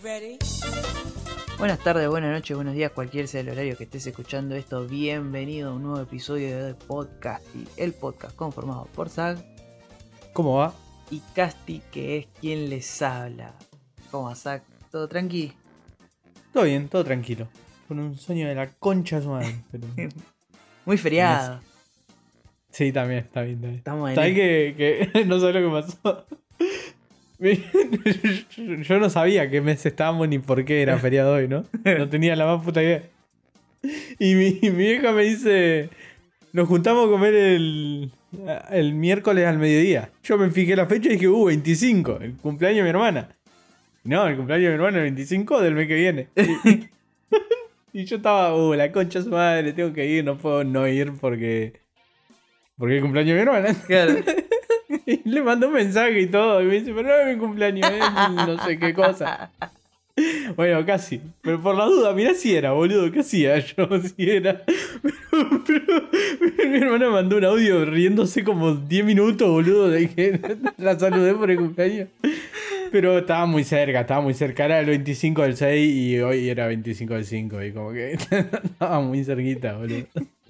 Buenas tardes, buenas noches, buenos días, cualquier sea el horario que estés escuchando esto. Bienvenido a un nuevo episodio de Podcasti, el podcast conformado por Zag. ¿Cómo va? Y Casti, que es quien les habla. ¿Cómo va, Zag? ¿Todo tranqui? Todo bien, todo tranquilo. Con un sueño de la concha de su madre. Pero... Muy feriado. Sí, también, está bien. Estamos en ¿Sabés que no sé lo que pasó? Yo no sabía qué mes estábamos ni por qué era feriado hoy, ¿no? No tenía la más puta idea. Y mi vieja me dice, nos juntamos a comer el miércoles al mediodía. Yo me fijé la fecha y dije, 25, el cumpleaños de mi hermana. No, el cumpleaños de mi hermana es el 25 del mes que viene. Y yo estaba, la concha de su madre, tengo que ir, no puedo no ir porque el cumpleaños de mi hermana. Claro. Y le mandó un mensaje y todo, y me dice, pero no es mi cumpleaños, no sé qué cosa. Bueno, casi, pero por la duda, mirá si era, boludo, ¿qué hacía yo? Si era. Pero mi hermana mandó un audio riéndose como 10 minutos, boludo, de que la saludé por el cumpleaños. Pero estaba muy cerca, era el 25 del 6 y hoy era 25 del 5, y como que estaba muy cerquita, boludo.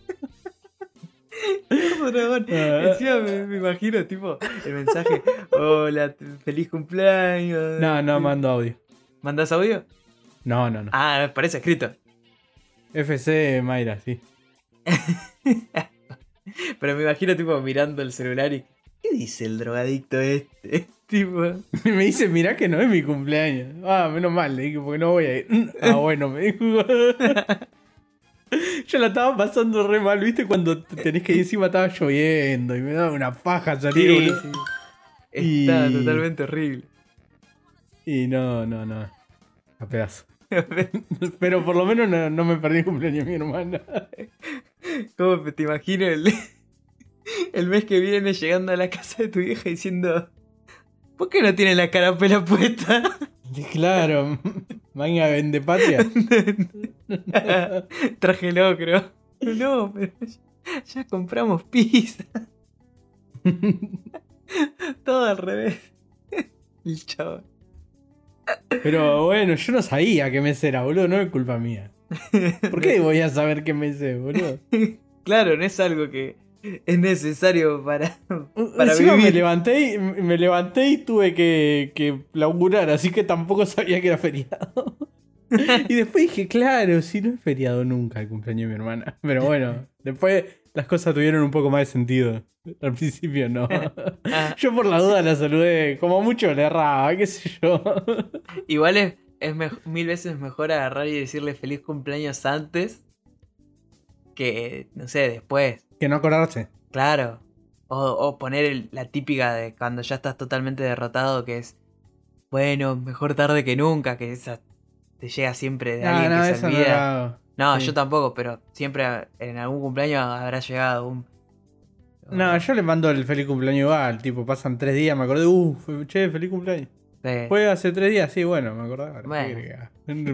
Encima me imagino, tipo, el mensaje: hola, feliz cumpleaños. No, mando audio. ¿Mandás audio? No. Ah, parece escrito. FC Mayra, sí. Pero me imagino, tipo, mirando el celular y... ¿qué dice el drogadicto este? Tipo... Me dice, mirá que no es mi cumpleaños. Ah, menos mal, le dije, porque no voy a ir. Ah, bueno, me dijo. Yo la estaba pasando re mal, ¿viste? Cuando tenés que ir encima estaba lloviendo y me daba una paja salir. Sí. Está totalmente horrible. Y no. A pedazo. Pero por lo menos no me perdí el cumpleaños de mi hermana. ¿Cómo te imagino el mes que viene llegando a la casa de tu vieja diciendo: ¿por qué no tiene la carapela puesta? Claro, manga vende patria. Traje locro. No, pero ya compramos pizza. Todo al revés. El chaval. Pero bueno, yo no sabía qué mes era, boludo, no es culpa mía. ¿Por qué voy a saber qué mes es, boludo? Claro, no es algo que es necesario para Encima vivir. Me levanté y tuve que laburar, así que tampoco sabía que era feriado. Y después dije, claro, si no es feriado nunca el cumpleaños de mi hermana. Pero bueno, después las cosas tuvieron un poco más de sentido. Al principio no. Yo por la duda la saludé, como mucho le erraba, qué sé yo. Igual es mil veces mejor agarrar y decirle feliz cumpleaños antes que, no sé, después. Que no acordarse. Claro. O poner la típica de cuando ya estás totalmente derrotado, que es, bueno, mejor tarde que nunca, que esa te llega siempre de alguien que se olvida. No, sí. Yo tampoco, pero siempre en algún cumpleaños habrá llegado un... No, yo le mando el feliz cumpleaños igual, tipo, pasan 3 días, me acordé, che, feliz cumpleaños. Sí. ¿Fue hace 3 días? Sí, bueno, me acordaba. Bueno.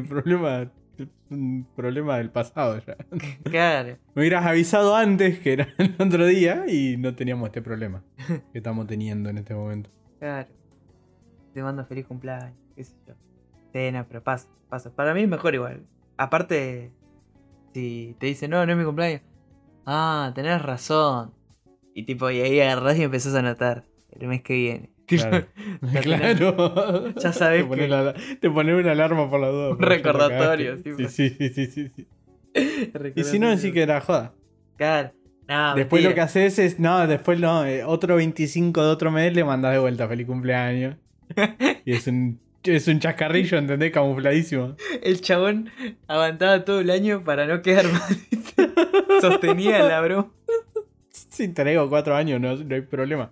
Un problema del pasado ya. Claro. Me hubieras avisado antes, que era el otro día, y no teníamos este problema que estamos teniendo en este momento. Claro. Te mando feliz cumpleaños, qué sé yo. Sí, no, pero pasa. Para mí es mejor igual. Aparte, si te dicen, no es mi cumpleaños. Ah, tenés razón. Y tipo, y ahí agarrás y empezás a anotar el mes que viene. Claro. Claro. Ya sabés te pones una alarma por la duda. Un recordatorio. Sí. Y si no, decís que era joda. Claro. No, después mentira. Lo que haces es, otro 25 de otro mes le mandás de vuelta feliz cumpleaños. Y es un chascarrillo, ¿entendés? Camufladísimo. El chabón aguantaba todo el año para no quedar mal. Sostenía la broma. Si tengo 4 años, no hay problema.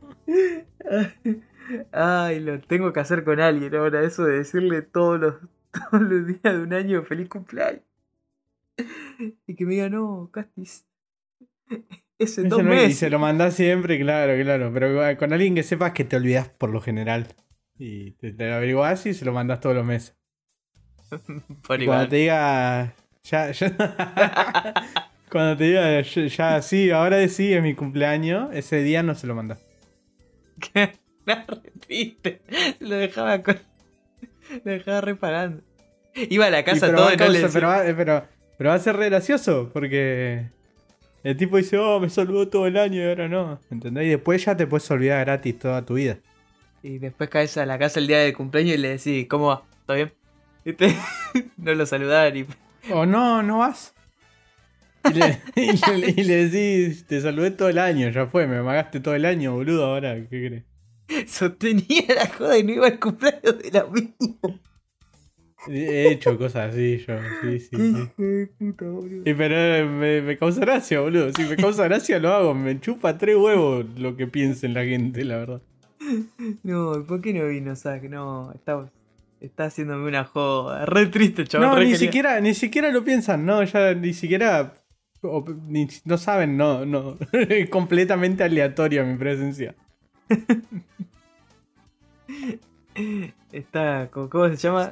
Ay, lo tengo que hacer con alguien ahora, eso de decirle todos los días de un año feliz cumpleaños. Y que me diga, no, Castis, es en 2 meses. Y se lo mandás siempre, claro. Pero con alguien que sepas que te olvidás por lo general. Y te lo averiguás y se lo mandás todos los meses. Por igual. Cuando te diga... Ya. Cuando te diga, ya sí, ahora sí es mi cumpleaños, ese día no se lo mandás. Me repite. Lo dejaba repagando. Iba a la casa pero, todo va a y no le causar- decía. pero va a ser re gracioso porque el tipo dice, oh, me saludó todo el año y ahora no. ¿Entendés? Y después ya te puedes olvidar gratis toda tu vida. Y después caes a la casa el día del cumpleaños y le decís, ¿cómo va? ¿Todo bien? ¿Viste? No lo saludar y... O no, no vas. Y le decís, te saludé todo el año, ya fue, me amagaste todo el año, boludo, ahora, ¿qué crees? Sostenía la joda y no iba al cumpleaños de la mía. He hecho cosas así yo, sí, sí, sí. Hijo de puta, boludo. Y pero me causa gracia, boludo. Si me causa gracia lo hago, me chupa 3 huevos lo que piensen la gente, la verdad. No, ¿por qué no vino Zack? No, está haciéndome una joda. Re triste, chaval. No, re ni genial. siquiera lo piensan, no, ya ni siquiera no saben, no. Es completamente aleatoria mi presencia. Está, ¿cómo se llama?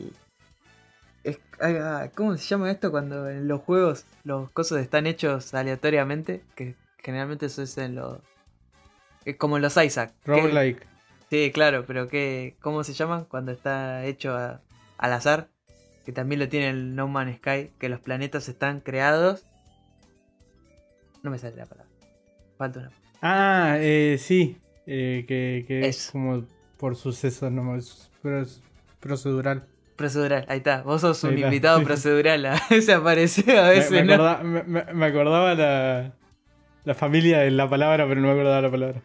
¿Cómo se llama esto cuando en los juegos los cosas están hechos aleatoriamente? Que generalmente eso es en los... Es como en los Isaac. Roguelike. Sí, claro, pero ¿cómo se llama? Cuando está hecho al azar. Que también lo tiene el No Man's Sky. Que los planetas están creados. No me sale la palabra. Falta una. Ah, sí. Que es Eso. como por suceso, no es procedural. Procedural, ahí está. Vos sos un Ahí está, invitado sí. procedural. A veces aparece, a veces no. Me acordaba la familia de la palabra, pero no me acordaba la palabra.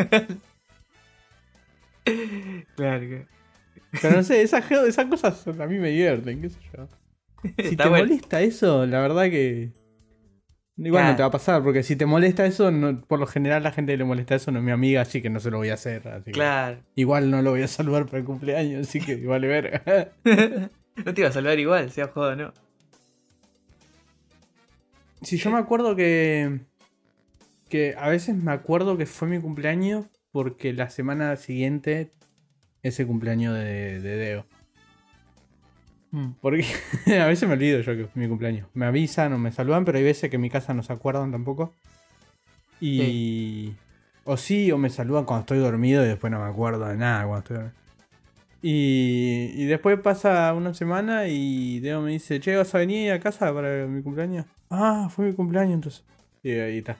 Claro que. Pero no sé, esas cosas a mí me divierten, qué sé yo. Si Está te bueno. molesta eso, la verdad que... Igual no Claro. te va a pasar, porque si te molesta eso, por lo general la gente que le molesta eso no es mi amiga, así que no se lo voy a hacer. Así que Claro. igual no lo voy a saludar para el cumpleaños, así que vale verga. No te iba a salvar igual, sea joda, ¿no? Si yo me acuerdo que a veces me acuerdo que fue mi cumpleaños porque la semana siguiente es el cumpleaños de Deo. Porque a veces me olvido yo que es mi cumpleaños. Me avisan o me saludan, pero hay veces que en mi casa no se acuerdan tampoco. Y... O sí, o me saludan cuando estoy dormido y después no me acuerdo de nada cuando estoy dormido. Y después pasa una semana y Deo me dice, che, ¿vas a venir a casa para mi cumpleaños? Ah, fue mi cumpleaños entonces. Y ahí está.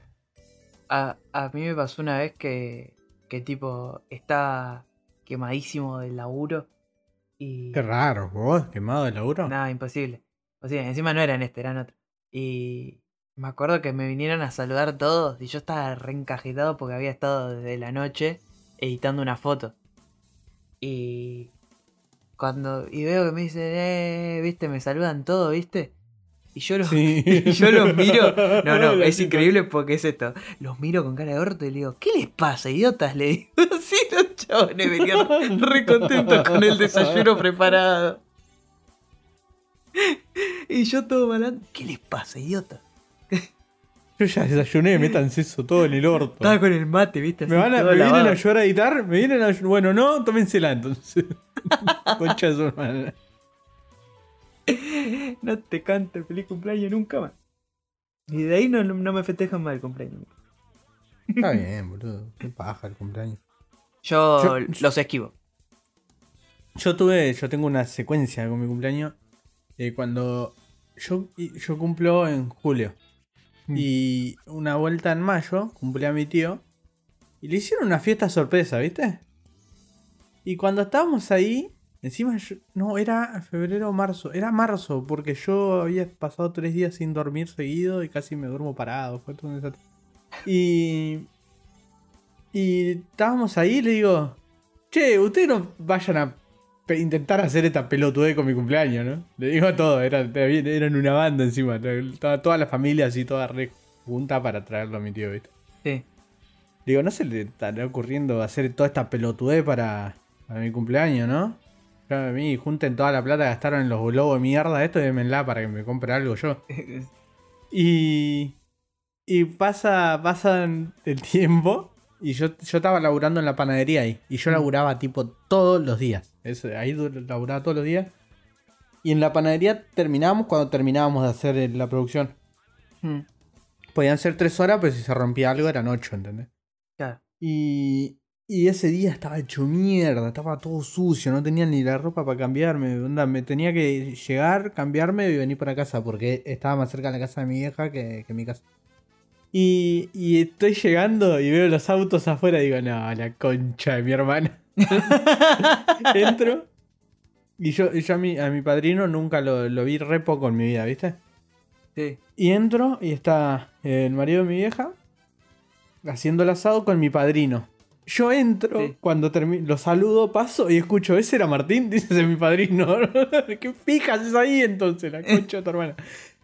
A mí me pasó una vez que tipo está quemadísimo del laburo y... Qué raro, vos, quemado de laburo. Nada, imposible. O sea, encima no era en este, era en otro. Y me acuerdo que me vinieron a saludar todos y yo estaba reencajetado porque había estado desde la noche editando una foto. Y y veo que me dicen, viste, me saludan todos, viste. Y yo los, Sí. y yo los miro. No, La es típica. increíble porque es esto. Los miro con cara de orto y le digo, ¿qué les pasa, idiotas? Le digo, sí, los chabones venían re contentos con el desayuno preparado. Y yo todo malando, ¿qué les pasa, idiota? Yo ya desayuné, métanse eso todo en el orto. Estaba con el mate, viste. ¿Me así, todo vienen lavado. a ayudar a editar? ¿Me vienen a Bueno, no, tómensela entonces. Concha de su hermana. No te canto el feliz cumpleaños nunca más. Y de ahí no me festejan más el cumpleaños. Está bien, boludo. Qué paja el cumpleaños. Yo Yo- los esquivo. Yo tengo una secuencia con mi cumpleaños. Cuando yo cumplo en julio. Y una vuelta en mayo, cumplí a mi tío. Y le hicieron una fiesta sorpresa, ¿viste? Y cuando estábamos ahí, encima no, era febrero o marzo. Era marzo, porque yo había pasado 3 días sin dormir seguido y casi me duermo parado. Fue todo un desastre. Y estábamos ahí y le digo, che, ustedes no vayan a intentar hacer esta pelotudez con mi cumpleaños, ¿no? Le digo a todos, eran una banda encima. Estaba toda la familia así, toda re junta para traerlo a mi tío, ¿viste? Sí. Digo, ¿no se le estará ocurriendo hacer toda esta pelotudez para mi cumpleaños, no? Ya a mí junten toda la plata que gastaron en los globos de mierda esto y démenla para que me compre algo yo. Y pasa el tiempo y yo estaba laburando en la panadería ahí. Y yo laburaba tipo todos los días. Ahí laburaba todos los días. Y en la panadería terminábamos cuando terminábamos de hacer la producción. Mm, Podían ser 3 horas, pero si se rompía algo eran 8, ¿entendés? claro. Y Y ese día estaba hecho mierda, estaba todo sucio, no tenía ni la ropa para cambiarme. Onda, me tenía que llegar, cambiarme y venir para casa, porque estaba más cerca de la casa de mi vieja que mi casa. Y estoy llegando y veo los autos afuera y digo, no, la concha de mi hermana. Entro y yo a mi padrino nunca lo vi re poco en mi vida, ¿viste? Sí. Y entro y está el marido de mi vieja haciendo el asado con mi padrino. Yo entro, Sí. cuando lo saludo, paso y escucho, ¿ese era Martín? Dice mi padrino. ¿Qué fijas es ahí entonces, la concha de tu hermana?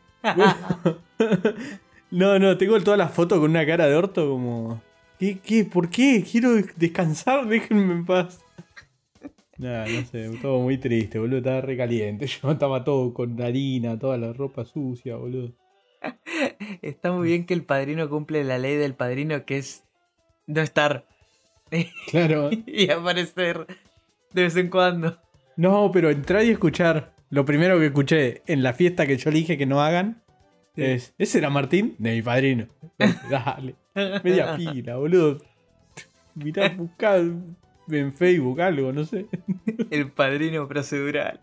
No, tengo todas las fotos con una cara de orto como... ¿Qué? ¿Por qué? Quiero descansar, déjenme en paz. No sé, todo muy triste, boludo, estaba re caliente. Yo estaba todo con harina, toda la ropa sucia, boludo. Está muy bien que el padrino cumple la ley del padrino, que es no estar Claro. y aparecer de vez en cuando. No, pero entrar y escuchar. Lo primero que escuché en la fiesta que yo le dije que no hagan es... ¿Ese era Martín? De mi padrino. Dale. Media pila, boludo. Mirá, buscá en Facebook algo, no sé. El padrino procedural.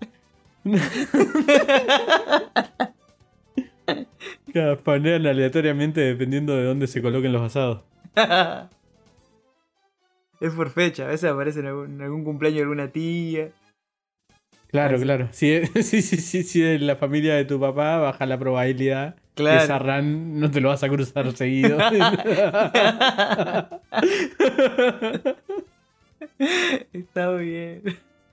Cada spanean aleatoriamente dependiendo de dónde se coloquen los asados. Es por fecha, a veces aparece en algún cumpleaños de alguna tía. Claro, Así. claro. Si es la familia de tu papá, baja la probabilidad que Claro. esa RAN no te lo vas a cruzar seguido. Está muy bien.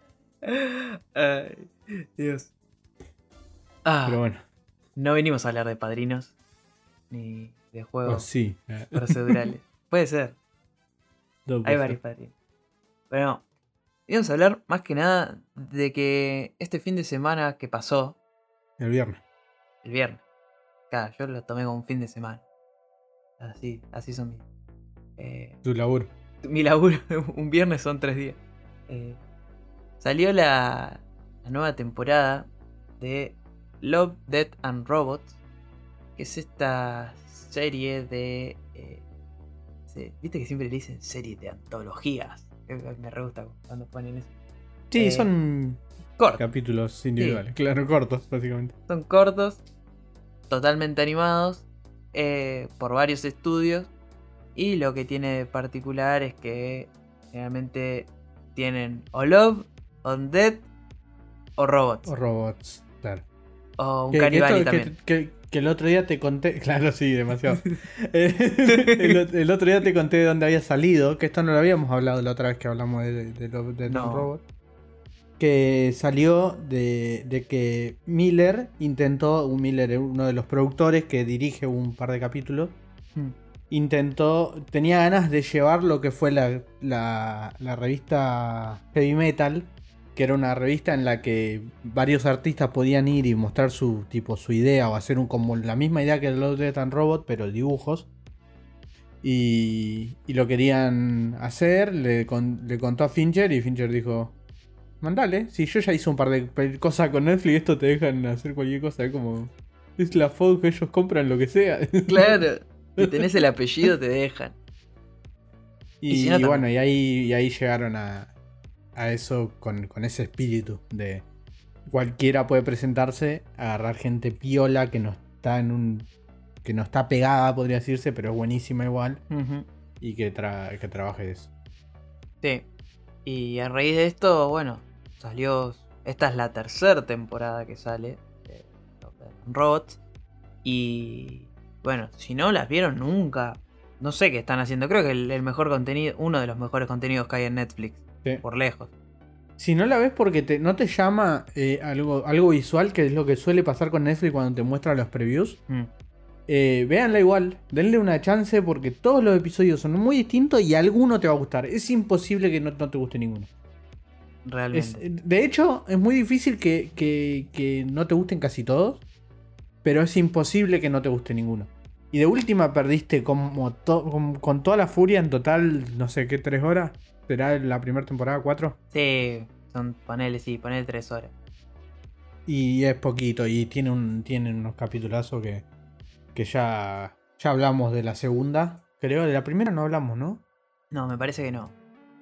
Ay, Dios. Ah, Pero bueno, no venimos a hablar de padrinos ni de juegos sí. procedurales. Puede ser, Todo hay puede varios ser. padrinos. Pero no, íbamos a hablar más que nada de que este fin de semana que pasó, El viernes. el viernes, claro, yo lo tomé como un fin de semana. Así son Tu laburo. mi laburo. Un viernes son 3 días. Salió la nueva temporada de Love, Death and Robots, que es esta serie de... Viste que siempre le dicen serie de antologías. Me re gusta cuando ponen eso. Sí, son Cortos. capítulos individuales. Claro, cortos, básicamente. Son cortos, totalmente animados, por varios estudios. Y lo que tiene de particular es que generalmente tienen o Love, o Death, o Robots. O robots, claro. O un Que Canibali esto- también. que el otro día te conté. Claro, sí, demasiado. El otro día te conté de dónde había salido. Que esto no lo habíamos hablado la otra vez que hablamos de Love, Death No. and Robot. Que salió de que Miller intentó. Miller es uno de los productores que dirige un par de capítulos. Tenía ganas de llevar lo que fue la revista Heavy Metal, que era una revista en la que varios artistas podían ir y mostrar su idea o hacer como la misma idea que Love, Death and Robot, pero dibujos. Y lo querían hacer, le contó a Fincher y Fincher dijo, mandale, si yo ya hice un par de cosas con Netflix, esto te dejan hacer cualquier cosa, es como... Es la foto que ellos compran, lo que sea. Claro, si tenés el apellido te dejan. Y, si no, bueno, y ahí llegaron a eso con ese espíritu de cualquiera puede presentarse, agarrar gente piola que no está que no está pegada, podría decirse, pero es buenísima igual, y que trabaje de eso. Sí. Y a raíz de esto, bueno, salió... Esta es la tercera temporada que sale de Robots. Y bueno, si no las vieron nunca, no sé qué están haciendo. Creo que el mejor contenido, uno de los mejores contenidos que hay en Netflix, Sí. por lejos. Si no la ves porque no te llama algo visual, que es lo que suele pasar con Netflix cuando te muestra los previews, véanla igual, denle una chance porque todos los episodios son muy distintos y alguno te va a gustar. Es imposible que no te guste ninguno. Realmente. De hecho, es muy difícil que no te gusten casi todos, pero es imposible que no te guste ninguno. Y de última perdiste con toda la furia en total, no sé qué, 3 horas. ¿Será la primera temporada, 4? Sí, ponele 3 horas. Y es poquito, y tienen unos capitulazos que ya hablamos de la segunda. Creo, de la primera no hablamos, ¿no? No, me parece que no.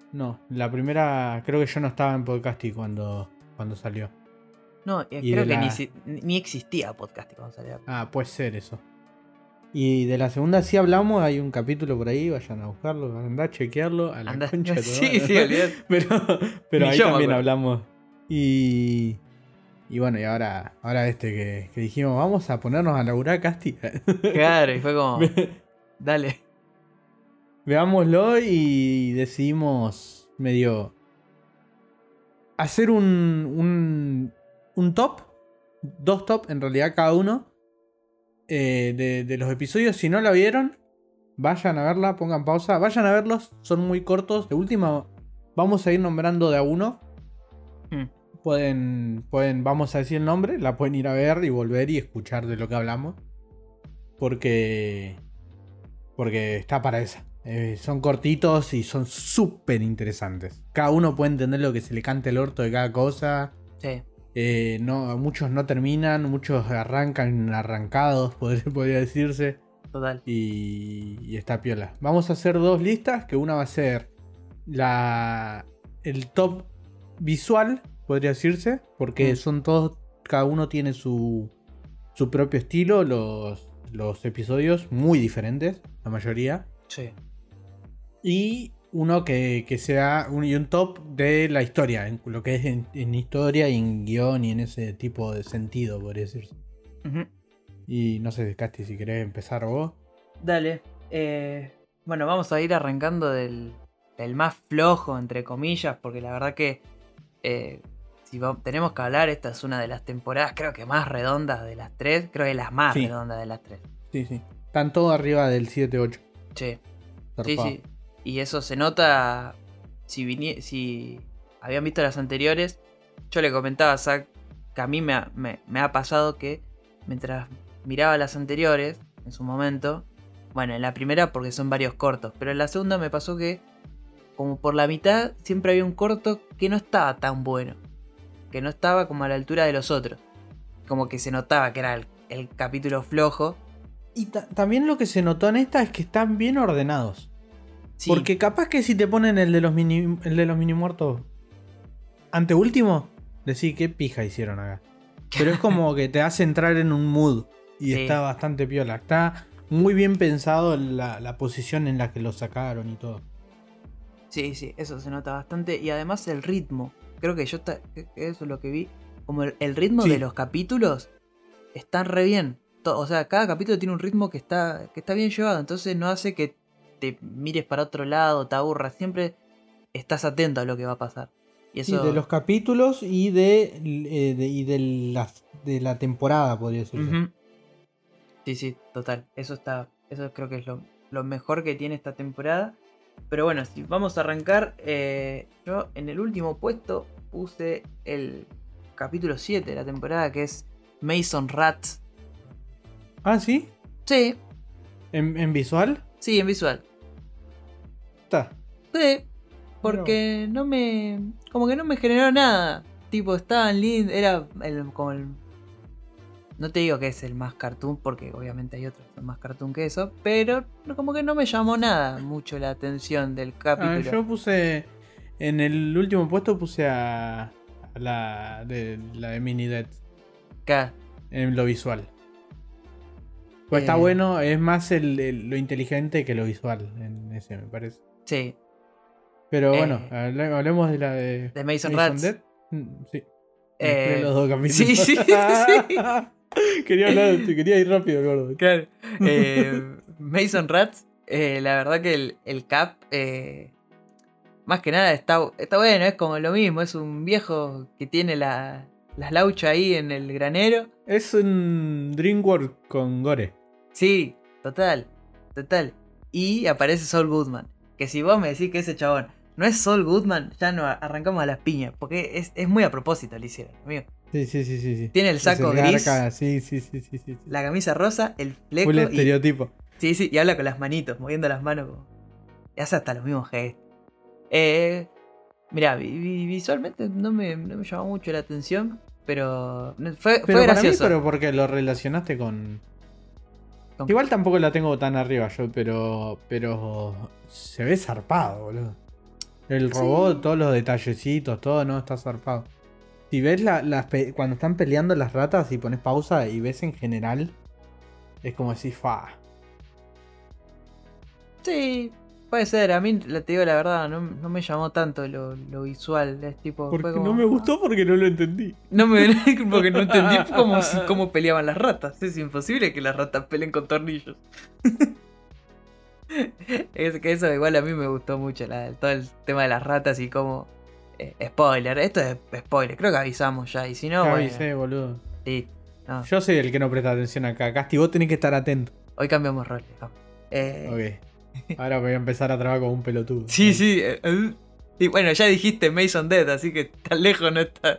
No, la primera creo que yo no estaba en Podcasty cuando salió. No, Y creo de que la- ni existía podcast cuando salió. Ah, puede ser eso. Y de la segunda sí hablamos, hay un capítulo por ahí, vayan a buscarlo, andá a chequearlo, a la Anda. concha de tu Sí, madre. sí, olvidate. pero Ni ahí yo me también acuerdo. hablamos. Y bueno, y ahora que dijimos, vamos a ponernos a laburar Casti. Claro, y fue como, dale. Veámoslo y decidimos medio hacer un top, 2 top en realidad cada uno, de los episodios. Si no la vieron, vayan a verla, pongan pausa, vayan a verlos, son muy cortos. De última, vamos a ir nombrando de a uno. Pueden, vamos a decir el nombre, la pueden ir a ver y volver y escuchar de lo que hablamos. Porque está para esa. Son cortitos y son súper interesantes. Cada uno puede entender lo que se le cante el orto de cada cosa. Sí. Muchos no terminan, muchos arrancan arrancados, podría decirse. Total. Y está piola. Vamos a hacer 2 listas, que una va a ser el top visual, podría decirse, porque son todos, cada uno tiene su propio estilo, los episodios muy diferentes, la mayoría. Sí. Y uno que sea un top de la historia, en lo que es en historia y en guión y en ese tipo de sentido, podría decirse. Ujú. Y no sé, Casti, si querés empezar vos. Dale. Bueno, vamos a ir arrancando del más flojo, entre comillas, porque la verdad que si tenemos que hablar, esta es una de las temporadas creo que más redondas de las 3. Creo que es la más Sí. redonda de las 3. Sí. Están todos arriba del 7-8. Sí. Zarpado. Sí. Y eso se nota. Si habían visto las anteriores, yo le comentaba a Zach que a mí me ha pasado que mientras miraba las anteriores, en su momento, bueno, en la primera porque son varios cortos, pero en la segunda me pasó que como por la mitad siempre había un corto que no estaba tan bueno, que no estaba como a la altura de los otros, como que se notaba que era el capítulo flojo. Y también lo que se notó en esta es que están bien ordenados. Sí, Porque capaz que si te ponen el de los mini muertos anteúltimo, decís qué pija hicieron acá. Pero es como que te hace entrar en un mood. Y Sí. está bastante piola. Está muy bien pensado la posición en la que lo sacaron y todo. Sí, eso se nota bastante. Y además el ritmo. Creo que eso es lo que vi. Como el ritmo Sí. de los capítulos están re bien. O sea, cada capítulo tiene un ritmo que está bien llevado. Entonces no hace que te mires para otro lado, te aburras. Siempre estás atento a lo que va a pasar. Y eso, Sí, de los capítulos y de la temporada, podría decirse. Ujú. Sí, total. Eso creo que es lo mejor que tiene esta temporada. Pero bueno, si vamos a arrancar, yo en el último puesto puse el capítulo 7 de la temporada, que es Mason Rats. Ah, ¿sí? Sí, ¿En visual? sí, en visual. Está. Sí, porque como que no me generó nada. Tipo, estaban lindos, era como el... No te digo que es el más cartoon, porque obviamente hay otros que son más cartoon que eso, pero como que no me llamó nada mucho la atención del capítulo. Yo puse. En el último puesto puse a la de Mini Dead. Acá, En lo visual. Pues está bueno, es más lo inteligente que lo visual en ese, me parece. sí, Pero bueno, hablemos de la de Mason Rats. Dead. Sí. Mezclé los dos capítulos. Sí. quería ir rápido, gordo. Claro. Mason Rats, la verdad que el Cap, más que nada está bueno, es como lo mismo, es un viejo que tiene las lauchas ahí en el granero. Es un DreamWorks con gore. Sí, total. Y aparece Saul Goodman, que si vos me decís que ese chabón no es Saul Goodman, ya no arrancamos a las piñas, porque es muy a propósito lo hicieron, amigo. Sí. Tiene el saco Es gris, garca, sí. la camisa rosa, el fleco Full y... estereotipo. Sí, y habla con las manitos, moviendo las manos como... Y hace hasta los mismos gestos. Mirá, visualmente no me llamó mucho la atención, pero fue Pero para mí, gracioso. pero porque lo relacionaste con... Igual tampoco la tengo tan arriba yo, pero se ve zarpado, boludo. El robot, todos los detallecitos, todo, no, está zarpado. Si ves cuando están peleando las ratas y pones pausa y ves en general, es como decir, fa. Sí, puede ser. A mí, te digo la verdad, no me llamó tanto lo visual. Es tipo, Porque fue como, no me gustó porque no lo entendí. Porque no entendí cómo peleaban las ratas. Es imposible que las ratas peleen con tornillos. Es que eso igual a mí me gustó mucho, todo el tema de las ratas y cómo... spoiler, esto es spoiler, creo que avisamos ya. Y si no, Ya bueno, avisé, boludo. sí, no. Yo soy el que no presta atención acá. Casti, vos tenés que estar atento. Hoy cambiamos roles. No. Ok. Ahora voy a empezar a trabajar como un pelotudo. Sí. Y bueno, ya dijiste Mason Dead, así que tan lejos no está.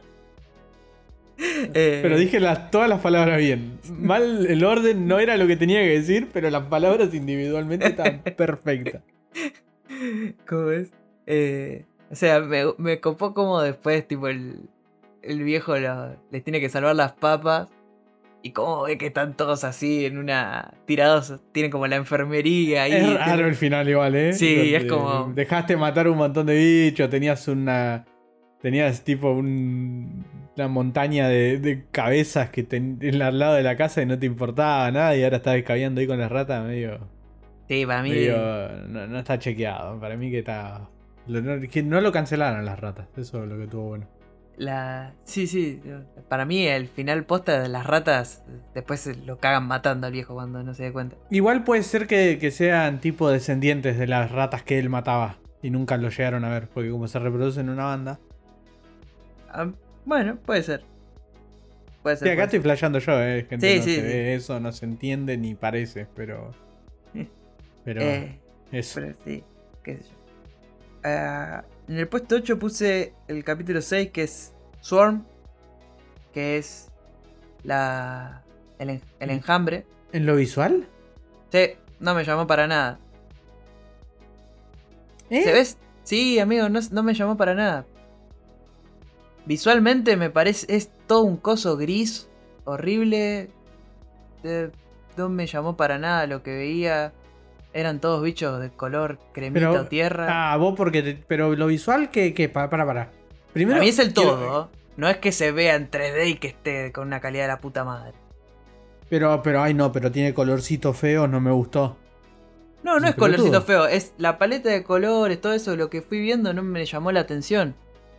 Pero dije todas las palabras bien. Mal el orden no era lo que tenía que decir, pero las palabras individualmente estaban perfectas. ¿Cómo es? O sea, me copó como después, tipo, el viejo les tiene que salvar las papas. Y cómo ve que están todos así en una... tirados, tienen como la enfermería ahí. Es raro el final igual, ¿eh? Sí, es como... Dejaste matar un montón de bichos, tenías tipo una montaña de cabezas que al lado de la casa y no te importaba nada y ahora estás escabeando ahí con las ratas medio... Sí, para mí... no está chequeado, para mí que está... que no lo cancelaron las ratas, eso es lo que tuvo bueno. Sí, para mí el final posta de las ratas después lo cagan matando al viejo cuando no se dé cuenta. Igual puede ser que sean tipo descendientes de las ratas que él mataba y nunca lo llegaron a ver, porque como se reproducen en una banda... Bueno, puede ser. Sí, acá estoy flasheando yo, gente, sí, no sí, se ve eso, no se entiende ni parece, pero eso. Pero sí, qué sé yo. En el puesto 8 puse el capítulo 6, que es Swarm, que es el enjambre. ¿En lo visual? Sí, no me llamó para nada. ¿Se ves? Sí, amigo, no me llamó para nada. Visualmente me parece, es todo un coso gris, horrible. No me llamó para nada lo que veía. Eran todos bichos de color cremita o tierra. Vos porque... pero lo visual que para. Primero, a mí es el todo. No es que se vea en 3D y que esté con una calidad de la puta madre. Pero tiene colorcito feo, no me gustó. No es colorcito feo, es la paleta de colores, todo eso, lo que fui viendo no me llamó la atención.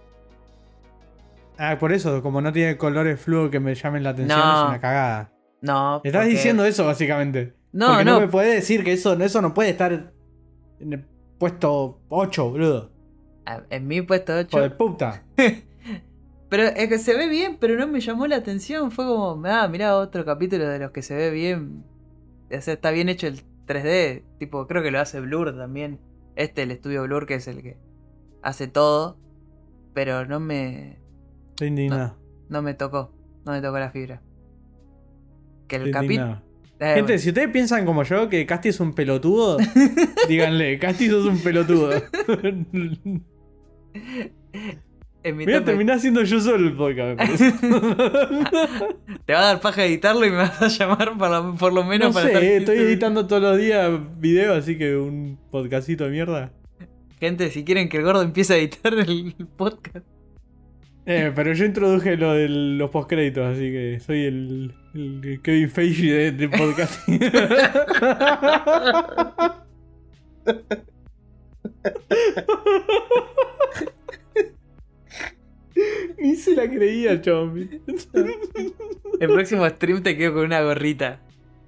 Por eso, como no tiene colores fluo que me llamen la atención, es una cagada. No. Estás diciendo eso, básicamente. No, porque no me puedes decir que eso no puede estar en el puesto 8, boludo. En mi puesto 8. Joder, puta. Pero es que se ve bien, pero no me llamó la atención. Fue como, mirá otro capítulo de los que se ve bien. O sea, está bien hecho el 3D. Tipo, creo que lo hace Blur también. El estudio Blur, que es el que hace todo. Pero no me... Estoy indignado. No me tocó la fibra. Que el capítulo... Gente, si ustedes piensan como yo que Casti es un pelotudo, díganle, Casti sos un pelotudo. Voy a terminar siendo yo solo el podcast. Te va a dar paja editarlo y me vas a llamar por lo menos no para sé, estoy editando todos los días videos, así que un podcastito de mierda. Gente, si quieren que el gordo empiece a editar el podcast. Pero yo introduje lo de los postcréditos, así que soy el Kevin Feige de podcast. Ni se la creía, chabón. El próximo stream te quedo con una gorrita.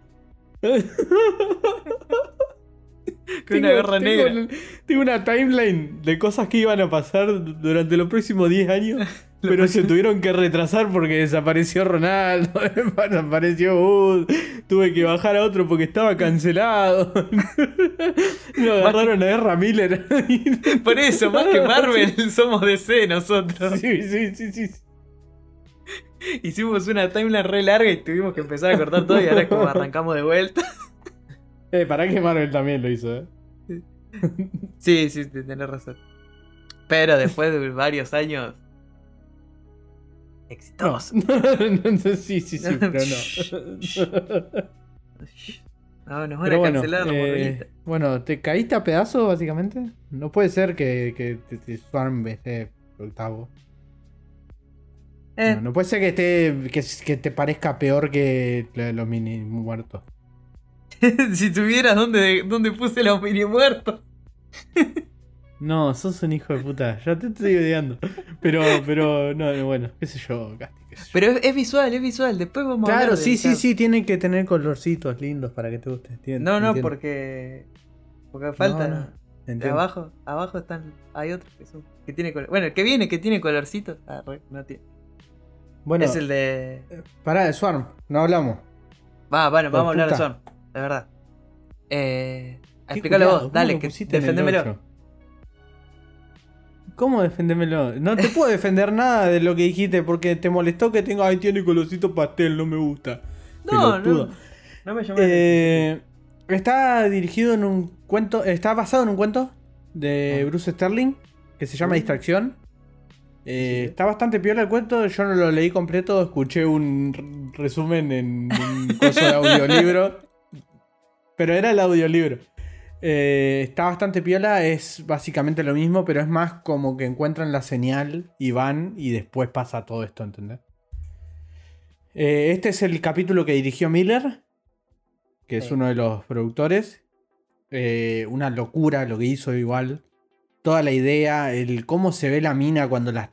Con una gorra negra. Tengo una timeline de cosas que iban a pasar durante los próximos 10 años. Pero se tuvieron que retrasar porque desapareció Ronaldo, desapareció tuve que bajar a otro porque estaba cancelado. Lo agarraron a Ezra Miller. Por eso, más que Marvel, somos DC nosotros. Sí. Hicimos una timeline re larga y tuvimos que empezar a cortar todo y ahora es como arrancamos de vuelta. Para que Marvel también lo hizo, Sí, tenés razón. Pero después de varios años... exitoso. Sí, pero no. No, nos van Pero a bueno, cancelar los moralistas. bueno, ¿te caíste a pedazos básicamente? No puede ser que Swarm esté octavo. Eh, No puede ser que te parezca peor que los mini muertos. si tuvieras dónde puse los mini muertos. No, sos un hijo de puta. Ya te estoy odiando. Pero, no, bueno, qué sé yo, Casti, qué sé yo. Pero es visual, es visual. Después vamos a Claro, hablar de, sí, tiene que tener colorcitos lindos para que te guste. No, entiendo. porque falta. No, De entiendo. abajo están. Hay otros que tiene color. Bueno, el que viene que tiene colorcitos. No tiene. Bueno, Es el de. pará, de Swarm, no hablamos. Bueno, vamos a hablar de puta. Swarm, de verdad. Qué Explícalo culiado, vos, ¿cómo dale, lo que pusiste en el defendémelo. 8? ¿Cómo defendémelo? No te puedo defender nada de lo que dijiste porque te molestó que tenga. Ay, tiene colorcito pastel, no me gusta. No, Pelotudo. no me llamó la atención. Está dirigido en un cuento. Está basado en un cuento de Bruce Sterling que se llama Distracción. Está bastante piola el cuento. Yo no lo leí completo. Escuché un resumen en un coso de audiolibro. Pero era el audiolibro. Está bastante piola. Es básicamente lo mismo, pero es más como que encuentran la señal y van y después pasa todo esto, ¿entendés? Este es el capítulo que dirigió Miller, que es uno de los productores. Una locura lo que hizo igual. Toda la idea, el cómo se ve la mina cuando la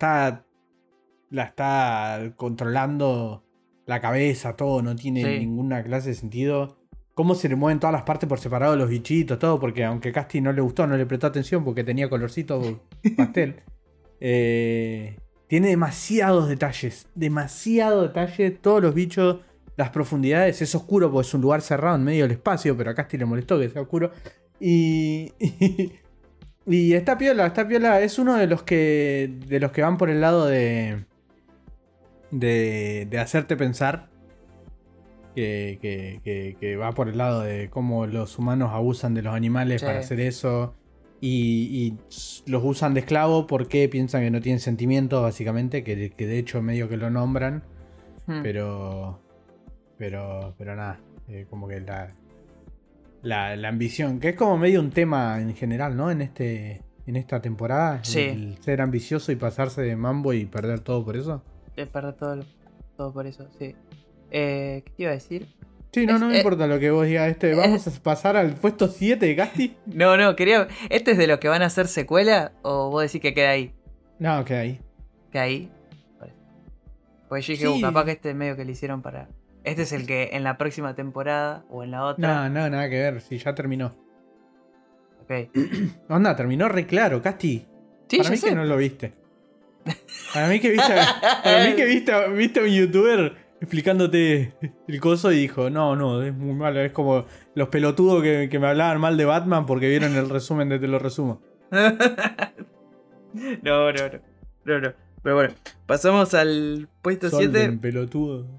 está controlando la cabeza, todo, no tiene ninguna clase de sentido. Cómo se le mueven todas las partes por separado los bichitos, todo, porque aunque Casti no le gustó, no le prestó atención porque tenía colorcito pastel. Tiene demasiado detalle, todos los bichos, las profundidades, es oscuro porque es un lugar cerrado en medio del espacio, pero a Casti le molestó que sea oscuro. Y está piola, es uno de los que van por el lado de hacerte pensar. Que va por el lado de cómo los humanos abusan de los animales para hacer eso. Y los usan de esclavo porque piensan que no tienen sentimientos, básicamente. Que de hecho medio que lo nombran. Pero nada. Como que la ambición. Que es como medio un tema en general, ¿no? En esta temporada. Sí. El ser ambicioso y pasarse de mambo y perder todo por eso. Perder todo por eso, sí. ¿Qué te iba a decir? Sí, no me importa lo que vos digas. ¿Vamos a pasar al puesto 7 de Casti? No, quería. ¿Este es de los que van a hacer secuela? ¿O vos decís que queda ahí? No, queda ahí. ¿Queda ahí? Pues yo dije, capaz que este medio que le hicieron para. Este es el que en la próxima temporada o en la otra. No, nada que ver. Sí, ya terminó. Ok. Onda, terminó re claro, Casti. Sí, para mí que no lo viste. Para mí que viste a un youtuber explicándote el coso y dijo, no, es muy malo. Es como los pelotudos que me hablaban mal de Batman porque vieron el resumen de Te lo resumo. No. Pero bueno, pasamos al puesto 7. Pelotudo.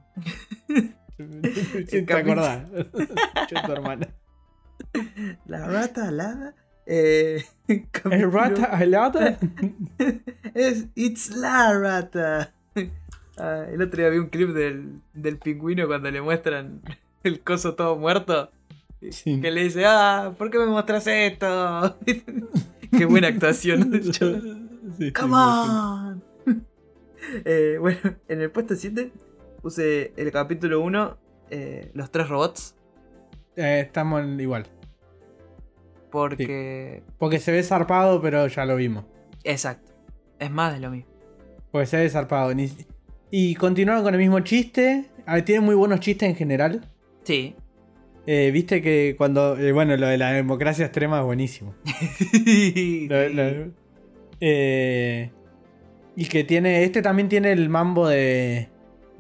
¿Te acordás? Yo tu hermana. La rata alada. ¿El rata alada? It's la rata. El otro día vi un clip del pingüino cuando le muestran el coso todo muerto. Sí. Que le dice, ¿por qué me mostras esto? Qué buena actuación. Sí, Come on. Bueno, en el puesto 7 puse el capítulo 1, los 3 robots. Estamos igual. Porque... Sí. Porque se ve zarpado, pero ya lo vimos. Exacto. Es más de lo mismo. Porque se ve zarpado. Y continuaron con el mismo chiste. Tienen muy buenos chistes en general. Sí. Viste que cuando... bueno, lo de la democracia extrema es buenísimo. Sí. Y que tiene... Este también tiene el mambo de...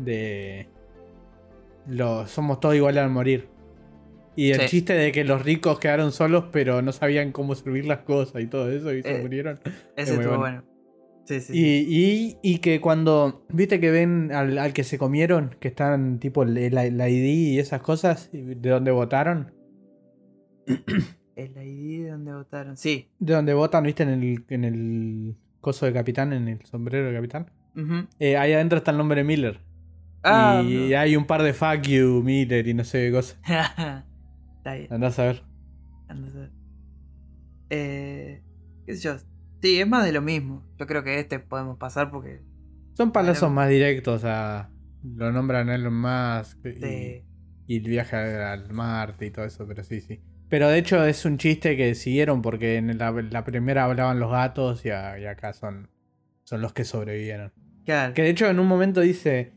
somos todos iguales al morir. Y el chiste de que los ricos quedaron solos pero no sabían cómo servir las cosas y todo eso y se murieron. Ese estuvo bueno. Sí. Y que cuando... Viste que ven al que se comieron, que están tipo el ID y esas cosas, de donde votaron. El ID de donde votaron, sí. De donde votan, viste, en el coso de capitán, en el sombrero de capitán. Uh-huh. Ahí adentro está el nombre de Miller. Y hay un par de fuck you, Miller y no sé qué cosas. Está Está bien. Andás a ver. Andás a ver. ¿Qué sé yo? Sí, es más de lo mismo. Yo creo que podemos pasar porque... Son palazos más directos a... Lo nombran Elon Musk Sí. y el viaje al Marte y todo eso, pero sí. Pero de hecho es un chiste que siguieron porque en la primera hablaban los gatos y acá son los que sobrevivieron. Claro. Que de hecho en un momento dice...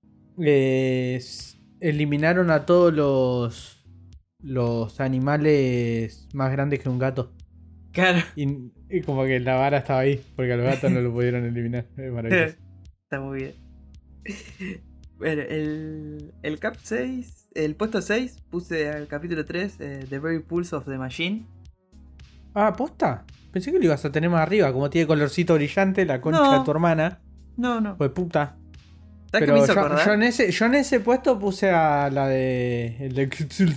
eliminaron a todos los animales más grandes que un gato. Claro. Y como que la vara estaba ahí, porque a los gatos no lo pudieron eliminar. Es maravilloso. Está muy bien. Bueno, el cap 6, el puesto 6, puse al capítulo 3, The Very Pulse of the Machine. Ah, ¿posta? Pensé que lo ibas a tener más arriba, como tiene colorcito brillante, la concha de tu hermana. No. Pues puta. ¿Sabes qué me hizo acordar? Yo en ese puesto puse a la de... El de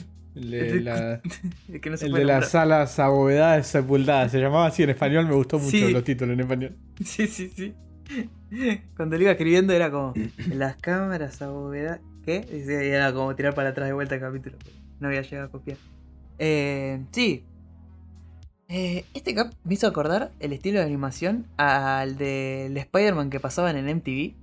las alas abovedadas sepultadas. Se llamaba así en español, me gustó mucho los títulos en español. Sí. Cuando lo iba escribiendo era como las cámaras abovedadas. ¿Qué? Y era como tirar para atrás de vuelta el capítulo. No había llegado a copiar. Sí. Este cap me hizo acordar el estilo de animación al del Spider-Man que pasaban en MTV.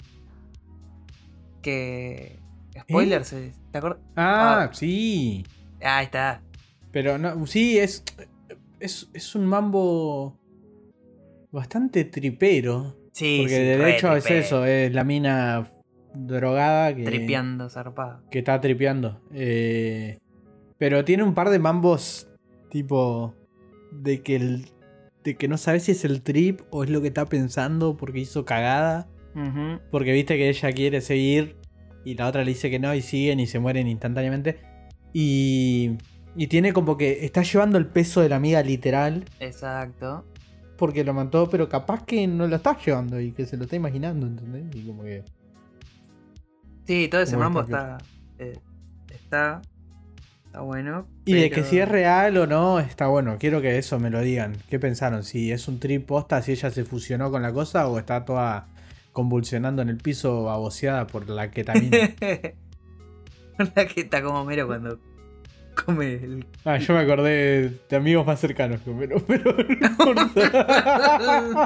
Que... Spoilers, ¿te acuerdas? Sí. Ahí está. Pero no, sí, es un mambo bastante tripero. Sí, porque de hecho es eso, es la mina drogada que... Tripeando, zarpada. Que está tripeando. Pero tiene un par de mambos tipo... De que no sabes si es el trip o es lo que está pensando porque hizo cagada. Uh-huh. Porque viste que ella quiere seguir y la otra le dice que no y siguen y se mueren instantáneamente. Y tiene como que está llevando el peso de la amiga literal. Exacto. Porque lo mató, pero capaz que no lo está llevando y que se lo está imaginando, ¿entendés? Y como que... Sí, todo ese mambo está bueno. Y de que si es real o no, está bueno. Quiero que eso me lo digan. ¿Qué pensaron? Si es un trip posta, si ella se fusionó con la cosa o está toda convulsionando en el piso baboseada por la ketamina. La que está como mero cuando come el... Yo me acordé de amigos más cercanos que Homero, pero no importa.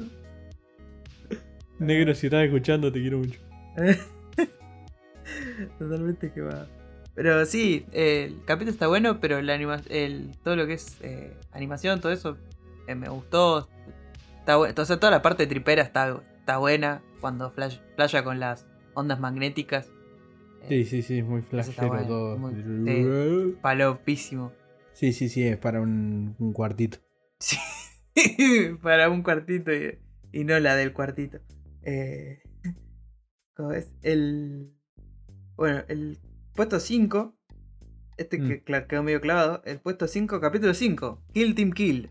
Negro, si estás escuchando, te quiero mucho. Totalmente quemado. Pero sí, el capítulo está bueno, pero todo lo que es animación, todo eso me gustó. Está bueno. Entonces toda la parte tripera está buena cuando flasha con las ondas magnéticas. Sí, muy flashero bueno, todo. Palopísimo. Sí, es para un cuartito. Sí, para un cuartito y no la del cuartito. ¿Cómo es? Bueno, el puesto 5, que quedó medio clavado. El puesto 5, capítulo 5, Kill Team Kill.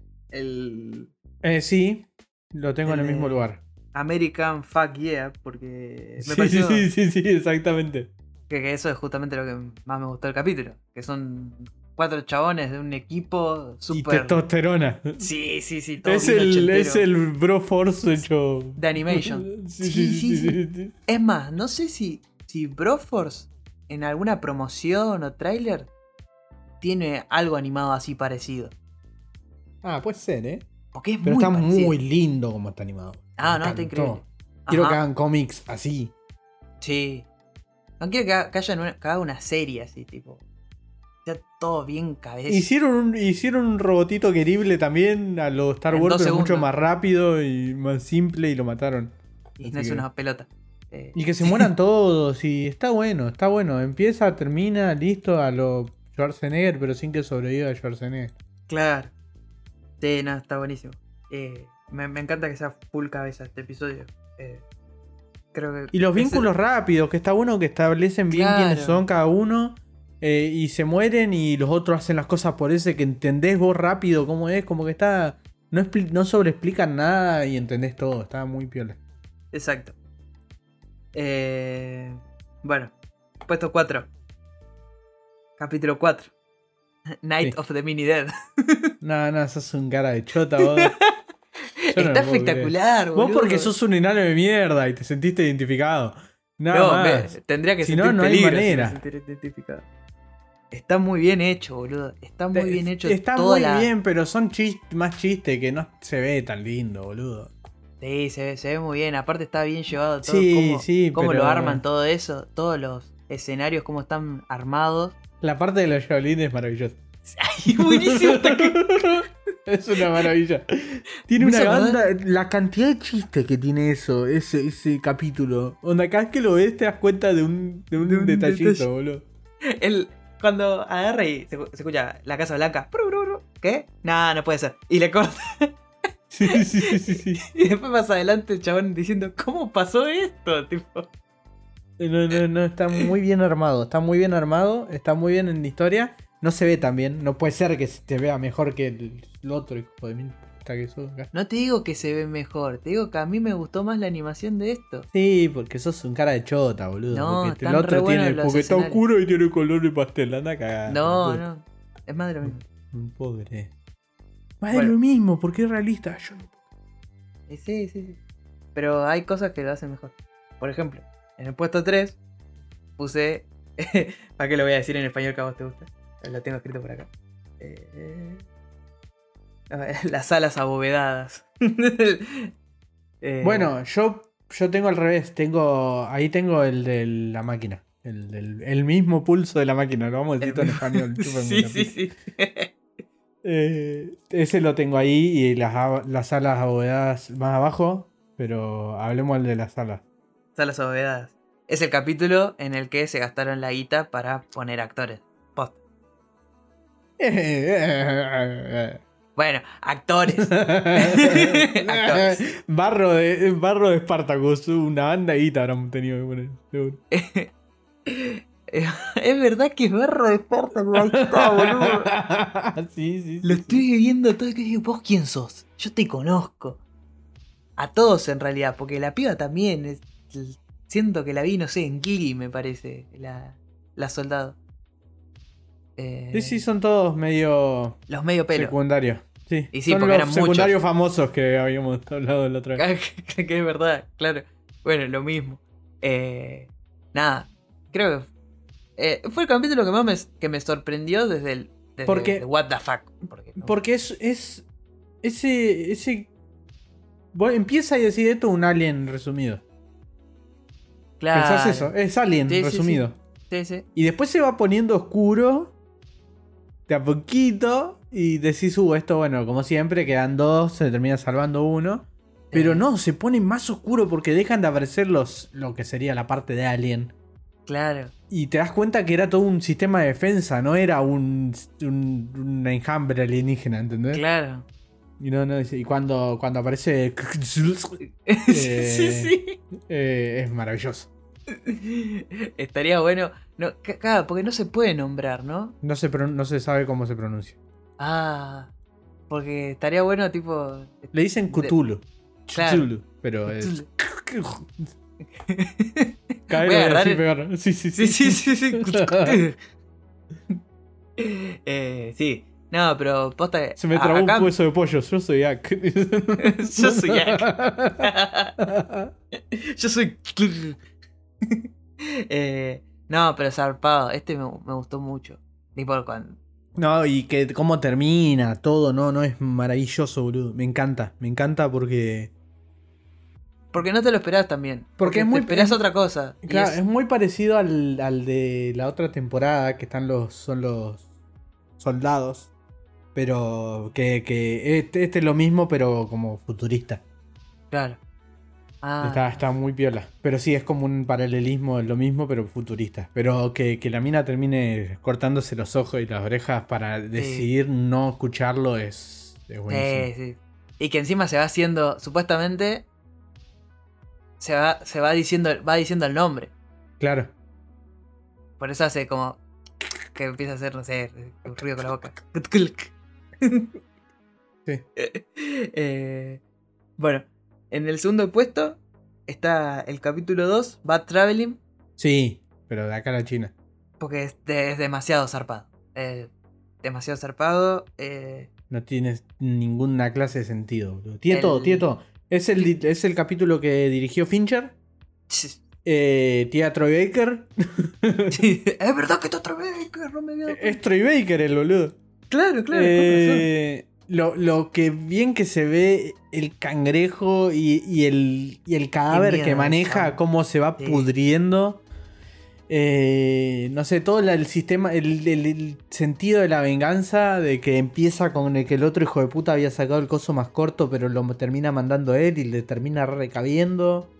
Sí, lo tengo en el mismo lugar. American Fuck Yeah, porque me pareció... Sí, exactamente. Que eso es justamente lo que más me gustó del capítulo. Que son 4 chabones de un equipo super... Y testosterona. Sí, todo es el Bro Force hecho... de animation. Sí. Es más, no sé si Broforce en alguna promoción o tráiler tiene algo animado así parecido. Puede ser, ¿eh? Porque es pero muy está parecido. Muy lindo como está animado. Está increíble. Quiero que hagan cómics así. Sí. No quiero que haga una serie así, tipo. Está todo bien cabeza. Hicieron un robotito querible también a los Star Wars, pero mucho más rápido y más simple y lo mataron. Y así no es una pelota. Y que se mueran todos y está bueno. Empieza, termina, listo a lo Schwarzenegger, pero sin que sobreviva a Schwarzenegger. Claro. Sí, no, está buenísimo. Me encanta que sea full cabeza este episodio. Creo que y los vínculos rápidos, que está bueno que establecen bien quiénes son cada uno. Y se mueren y los otros hacen las cosas por ese que entendés vos rápido cómo es. Como que está... No sobreexplican nada y entendés todo. Está muy piola. Exacto. Bueno, puesto 4. Capítulo 4. Night of the Mini Dead. No, sos un cara de chota vos. Está espectacular, boludo. Vos porque sos un enano de mierda y te sentiste identificado. Nada más. Tendría que si sentir no hay peligro manera. si me sentiera identificado. Está muy bien hecho, boludo. Está muy bien hecho. Está toda muy bien, pero son más chistes que no se ve tan lindo, boludo. Sí, se ve muy bien. Aparte está bien llevado todo. Sí, cómo pero lo arman todo eso. Todos los escenarios, cómo están armados. la parte de los violines es maravillosa. Ay, buenísimo. Es una maravilla. Tiene Me una hizo banda. La cantidad de chistes que tiene eso, ese capítulo. Onda, cada vez que lo ves te das cuenta de un detallito, detalle. boludo. Cuando agarra y se escucha la Casa Blanca. ¿Qué? No puede ser. Y le corta. Sí. Y después más adelante el chabón diciendo, ¿cómo pasó esto? Tipo. No, está muy bien armado. Está muy bien armado. Está muy bien en la historia. No se ve tan bien. No puede ser que se te vea mejor que el otro, hijo de mí. Que sos acá. No te digo que se ve mejor, te digo que a mí me gustó más la animación de esto. Sí, porque sos un cara de chota, boludo. No, porque están re buenos los porque está escenarios. oscuro y tiene color de pastel. Anda cagada. No. Es más de lo mismo. Pobre. Más Bueno. de lo mismo, porque es realista. Yo no. Sí. Pero hay cosas que lo hacen mejor. Por ejemplo, en el puesto 3 puse. ¿Para qué lo voy a decir en español que a vos te gusta? Lo tengo escrito por acá. Las alas abovedadas. Bueno, yo tengo al revés. Ahí tengo el de la máquina. El mismo pulso de la máquina. Lo vamos a decir todo en español. Sí. Ese lo tengo ahí y las alas abovedadas más abajo. Pero hablemos del de las alas. Salas abovedadas. Es el capítulo en el que se gastaron la guita para poner actores. Post. Bueno, actores. Actores. Barro de Spartacus, una banda de guita habrán tenido que poner, seguro. Es verdad que es Barro de Spartacus, ahí está, boludo. Sí. Lo estoy viendo todo y que digo, ¿vos quién sos? Yo te conozco. A todos en realidad, porque la piba también. Siento que la vi, no sé, en Gilly me parece, la soldado. Sí, son todos medio los medio pelo. secundarios. Sí, Y sí, son porque los eran secundarios muchos. famosos que habíamos hablado la otra vez. Que es verdad, claro. Bueno, lo mismo. Nada, creo que fue el capítulo que más me sorprendió desde Porque- What the fuck. Porque es ese vos empieza y decís esto un Alien resumido. Claro. Pensás eso, es Alien Sí, resumido. Sí. Y después se va poniendo oscuro de a poquito y decís, esto bueno, como siempre, quedan dos, se termina salvando uno. Pero no, se pone más oscuro porque dejan de aparecer lo que sería la parte de Alien. Claro. Y te das cuenta que era todo un sistema de defensa, no era un enjambre alienígena, ¿entendés? Claro. Y cuando aparece... Sí. es maravilloso. Estaría bueno. No, claro, porque no se puede nombrar, ¿no? No se sabe cómo se pronuncia. Ah. Porque estaría bueno, tipo. Le dicen Cthulhu. Claro. Cthulhu, pero es... Voy a agarrar así, pegar. Sí. Sí. No, pero posta. Se me trabó acá, un hueso de pollo. Yo soy Ak. Yo soy Jack. Yo soy. No, pero zarpado. Este me gustó mucho. Tipo, No, y que cómo termina todo, no es maravilloso, boludo. Me encanta porque porque no te lo esperás también. Porque es muy- te esperás otra cosa. Y claro, es muy parecido al de la otra temporada, que son los soldados. Pero que este es lo mismo, pero como futurista. Claro. Ah, Está muy piola. Pero sí, es como un paralelismo, lo mismo, pero futurista. Pero que la mina termine cortándose los ojos y las orejas para decidir no escucharlo es buenísimo. sí. Y que encima se va haciendo, supuestamente, se va diciendo el nombre. Claro. Por eso hace como que empieza a hacer, no sé, un ruido con la boca. Sí. Bueno, en el segundo puesto está el capítulo 2, Bad Traveling, Sí, pero de acá a la China. porque es demasiado zarpado. Demasiado zarpado. No tiene ninguna clase de sentido, boludo. Tiene todo. Es el capítulo que dirigió Fincher. Tía Troy Baker. Sí, es verdad que está otra vez, que no me había dado cuenta. Es Troy Baker el boludo. Claro, con razón. Lo que bien que se ve el cangrejo y el cadáver miedo que maneja, eso. cómo se va Sí. pudriendo. No sé, todo el sistema, el sentido de la venganza, de que empieza con el que el otro hijo de puta había sacado el coso más corto, pero lo termina mandando él y le termina recabiendo.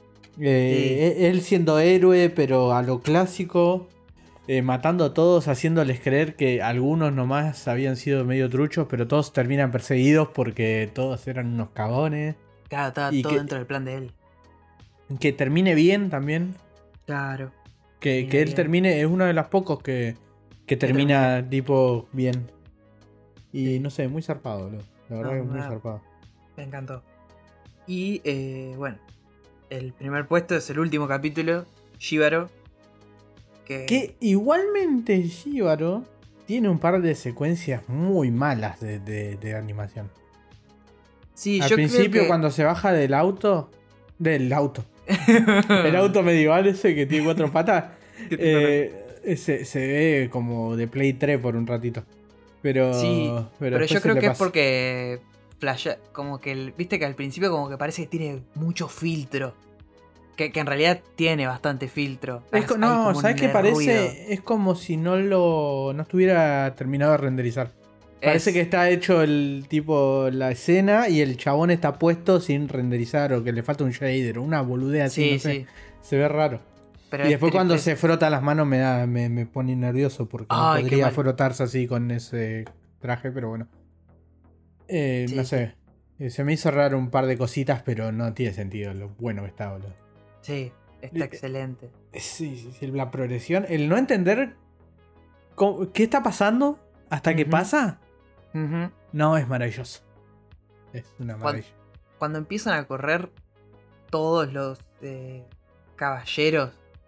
Él siendo héroe, pero a lo clásico. Matando a todos, haciéndoles creer que algunos nomás habían sido medio truchos, pero todos terminan perseguidos porque todos eran unos cagones. Claro, estaba Y todo que- dentro del plan de él. Que termine bien también. Claro. Que Termine él bien. termine, es uno de los pocos que termina tipo bien. Y Sí. no sé, muy zarpado, boludo. La verdad No, que muy nada. zarpado. Me encantó. Y bueno, el primer puesto es el último capítulo, Shibaro. Que igualmente Shibaro tiene un par de secuencias muy malas de animación. Sí, Al yo principio, creo que... cuando se baja del auto. El auto medieval ese que tiene 4 patas. ¿Qué te Se ve como de Play 3 por un ratito. Pero, Sí, pero después yo se creo le que es pasa. porque como que viste que al principio como que parece que tiene mucho filtro. Que en realidad tiene bastante filtro. Es Hay no, como ¿sabes un qué parece? ruido. Es como si no estuviera terminado de renderizar. Parece Es, que está hecho el tipo la escena y el chabón está puesto sin renderizar o que le falta un shader o una boludez así, sí, no sé. sí. Se ve raro. Pero Y es después cuando triple. se frota las manos me pone nervioso porque no Ay, qué podría mal. frotarse así con ese traje, pero bueno. No Sí, sé. Se me hizo raro un par de cositas, pero no tiene sentido lo bueno que está, boludo. sí, está excelente. Sí, la progresión, el no entender qué está pasando hasta que Ujú. pasa, Ujú. no, es maravilloso. Es una maravilla. Cuando empiezan a correr todos los caballeros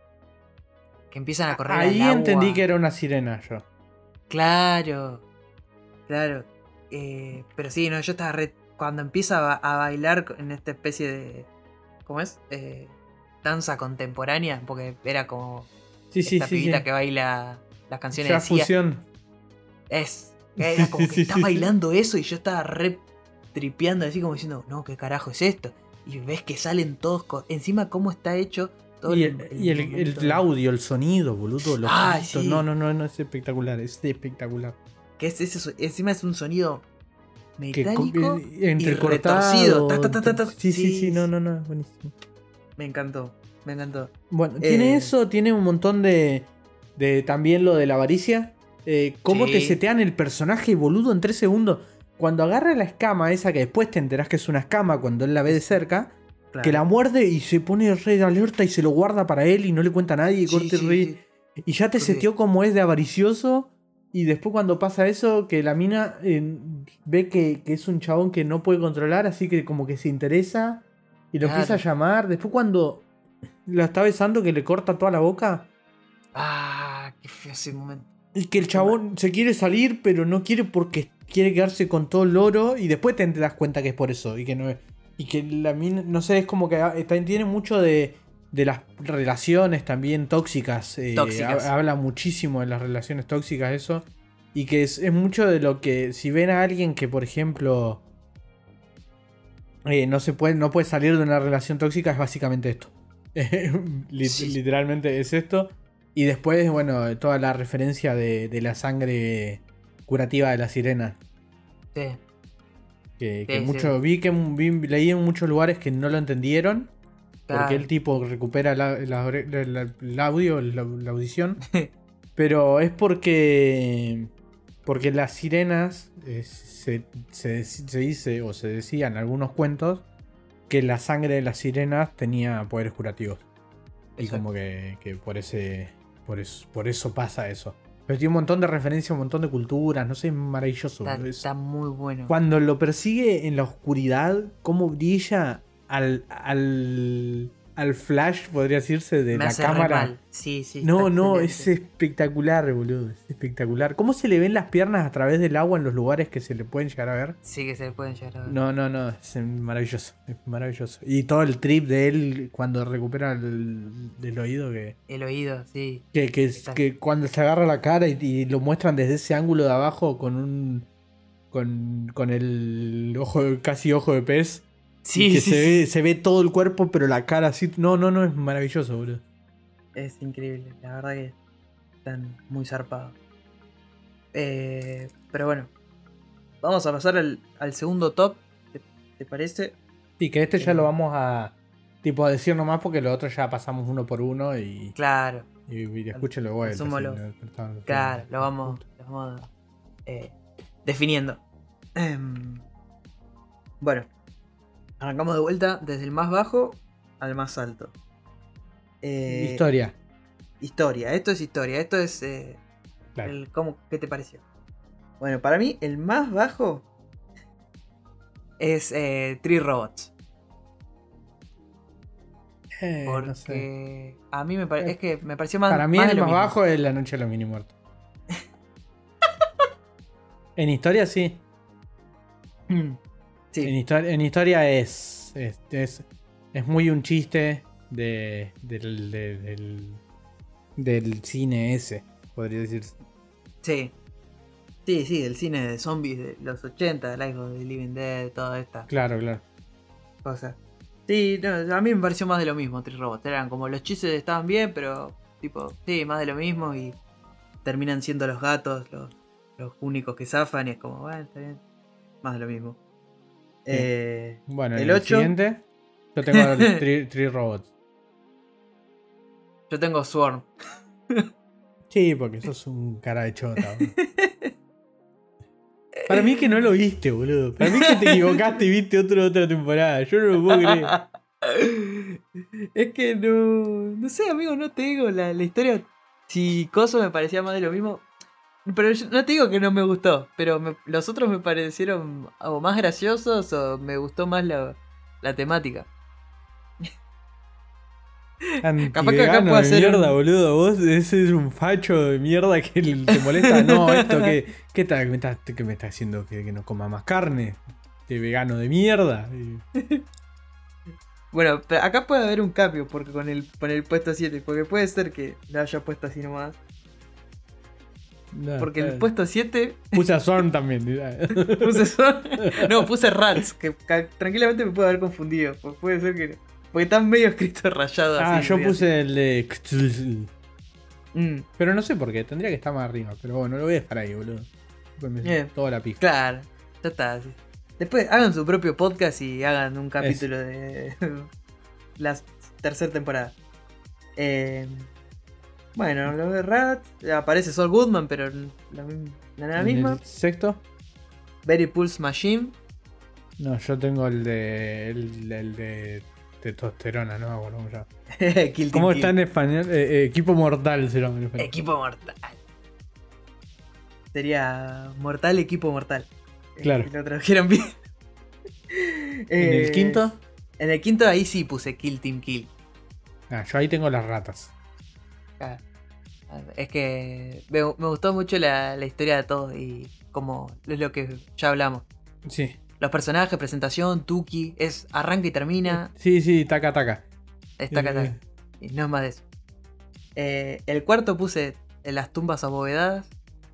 que empiezan a correr Ahí al agua. entendí que era una sirena yo. Claro, claro. Pero sí, no, yo estaba cuando empieza a bailar en esta especie de... ¿Cómo es? Danza contemporánea, porque era como Sí, sí, esta sí, pibita sí. que baila las canciones Ya de Sia. fusión. Era como que Sí, está sí, sí. bailando eso y yo estaba re tripeando así como diciendo, no, ¿qué carajo es esto? Y ves que salen todos... encima cómo está hecho todo Y el momento el audio, el sonido, boludo, los Ah, gritos. sí. No, es espectacular, Que encima es un sonido Que metálico y entrecortado. retorcido. Ta, ta, ta, ta, ta. Sí, no, es buenísimo. Me encantó. Bueno, tiene eso, tiene un montón de también lo de la avaricia. Cómo Sí. te setean el personaje, boludo, en 3 segundos. Cuando agarra la escama esa, que después te enterás que es una escama cuando él la ve de cerca, Claro. que la muerde y se pone re de alerta y se lo guarda para él y no le cuenta a nadie y Sí, corte sí, re. sí. Y ya te Porque- seteó como es de avaricioso. Y después cuando pasa eso, que la mina ve que es un chabón que no puede controlar, así que como que se interesa y lo Claro. empieza a llamar. Después cuando la está besando, que le corta toda la boca. Ah, qué feo ese momento. Y que el chabón se quiere salir, pero no quiere porque quiere quedarse con todo el oro. Y después te das cuenta que es por eso. Y que no es. Y que la mina, no sé, es como que tiene mucho de las relaciones también tóxicas. Tóxicas. Habla muchísimo de las relaciones tóxicas, eso. Y que es mucho de lo que. Si ven a alguien que, por ejemplo, no puede salir de una relación tóxica, es básicamente esto. Sí. Literalmente es esto. Y después, bueno, toda la referencia de la sangre curativa de la sirena. Sí. Que Sí, mucho, leí en muchos lugares que no lo entendieron. Claro. Porque el tipo recupera el audio, la audición. Pero es porque las sirenas se dice o se decía en algunos cuentos que la sangre de las sirenas tenía poderes curativos. Y Exacto. como que por eso pasa eso. Pero tiene un montón de referencias, un montón de culturas, no sé, es maravilloso. Está muy bueno. Cuando lo persigue en la oscuridad, cómo brilla al al flash, podría decirse, de Me la hace re cámara. mal. Sí, No, está no, excelente. es espectacular, boludo. Es espectacular. ¿Cómo se le ven las piernas a través del agua en los lugares que se le pueden llegar a ver? Sí que se le pueden llegar a ver. No, no, no, es maravilloso. Es maravilloso. Y todo el trip de él cuando recupera del oído El oído, sí. que cuando se agarra la cara y lo muestran desde ese ángulo de abajo con un. Con el ojo, casi ojo de pez. Sí, Y que sí. se ve todo el cuerpo, pero la cara así. No, no, no, es maravilloso, boludo. Es increíble. La verdad que están muy zarpados. Pero bueno. Vamos a pasar al segundo top. ¿Te parece? Sí, que este ya lo vamos a. Tipo a decir nomás porque los otros ya pasamos uno por uno y. Claro. Y escúchelo de vuelta. Resúmalo. Sí, Claro, lo vamos definiendo. Bueno, arrancamos de vuelta desde el más bajo al más alto. Historia. Historia, esto es historia, esto es Claro. ¿qué te pareció? Bueno, para mí el más bajo es Three Robots. Porque No sé. a mí es que me pareció más. Para mí más de el lo más mismo. bajo es La Noche de los Mini Muertos. En historia sí. Sí, En historia es muy un chiste del cine ese, podría decirse. sí. Sí, del cine de zombies de los 80, Life of the Living Dead, toda esta Claro, claro. cosa. Sí, no, a mí me pareció más de lo mismo, Three Robots. Eran como los chistes estaban bien, pero tipo, sí, más de lo mismo y terminan siendo los gatos los únicos que zafan y es como, bueno, está bien. Más de lo mismo. Sí. Bueno, el en 8, siguiente yo tengo Three Robots. yo tengo Swarm. Sí, porque sos un cara de chota, boludo. Para mí que no lo viste, boludo. Para mí que te equivocaste y viste otra temporada. Yo no lo puedo creer. Es que no sé, amigo, no te digo la historia. Si Coso me parecía más de lo mismo. Pero yo no te digo que no me gustó. Pero los otros me parecieron o más graciosos o me gustó más la temática. Capaz que acá Antivegano puedo de hacer mierda, boludo. Vos ese es un facho de mierda que te molesta. No, esto ¿qué me está haciendo que no coma más carne? De vegano de mierda. Bueno, pero acá puede haber un cambio porque con el puesto 7. Porque puede ser que lo haya puesto así nomás. No, Porque el puesto 7 puse a Zorn también. puse no, puse Rats, que tranquilamente me puedo haber confundido. Puede ser que porque están medio escritos rayados así. Yo puse el de. Mm, Pero no sé por qué, tendría que estar más arriba. Pero bueno, lo voy a dejar ahí, boludo. Después me Bien. toda la pija. claro, ya está. Sí. Después hagan su propio podcast y hagan un capítulo de la tercera temporada. Bueno, lo de Rats, aparece Saul Goodman, pero no era la ¿En misma. el sexto? Very Pulse Machine. No, yo tengo el de testosterona, no me acuerdo cómo se llama. Kill Team ¿Cómo Kill. está en español? Equipo mortal se llama en español. Equipo mortal. Sería Mortal Equipo Mortal. Claro. Que lo tradujeron bien. ¿En el quinto? En el quinto ahí sí puse Kill Team Kill. Yo ahí tengo las ratas. Ah, es que me gustó mucho la historia de todos y como es lo que ya hablamos. Sí. Los personajes, presentación, Tuki, es arranca y termina. Sí, taca, taca. Está acá. Y no es más de eso. El cuarto puse las tumbas abovedadas.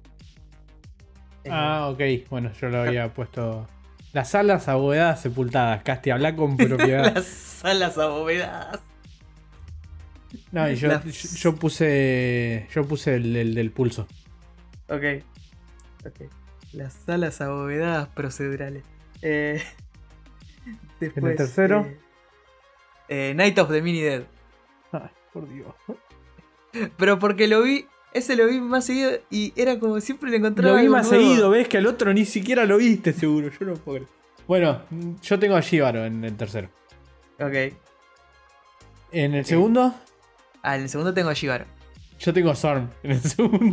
Ok. Bueno, yo lo había puesto. Las alas abovedadas sepultadas. Casti, habla con propiedad. Las salas abovedadas. No, y yo puse. Yo puse el del pulso. Ok. Las salas abovedadas procedurales. Después, ¿En el tercero? Night of the Mini Dead. Ay, por Dios. Pero porque lo vi más seguido y era como siempre le encontraba Lo vi algo más nuevo. seguido, ves que al otro ni siquiera lo viste, seguro. Yo no puedo creer. Bueno, yo tengo a Shibaro en el tercero. Ok. En el segundo, En el segundo tengo a Shibaro. yo tengo a Zorn en el segundo.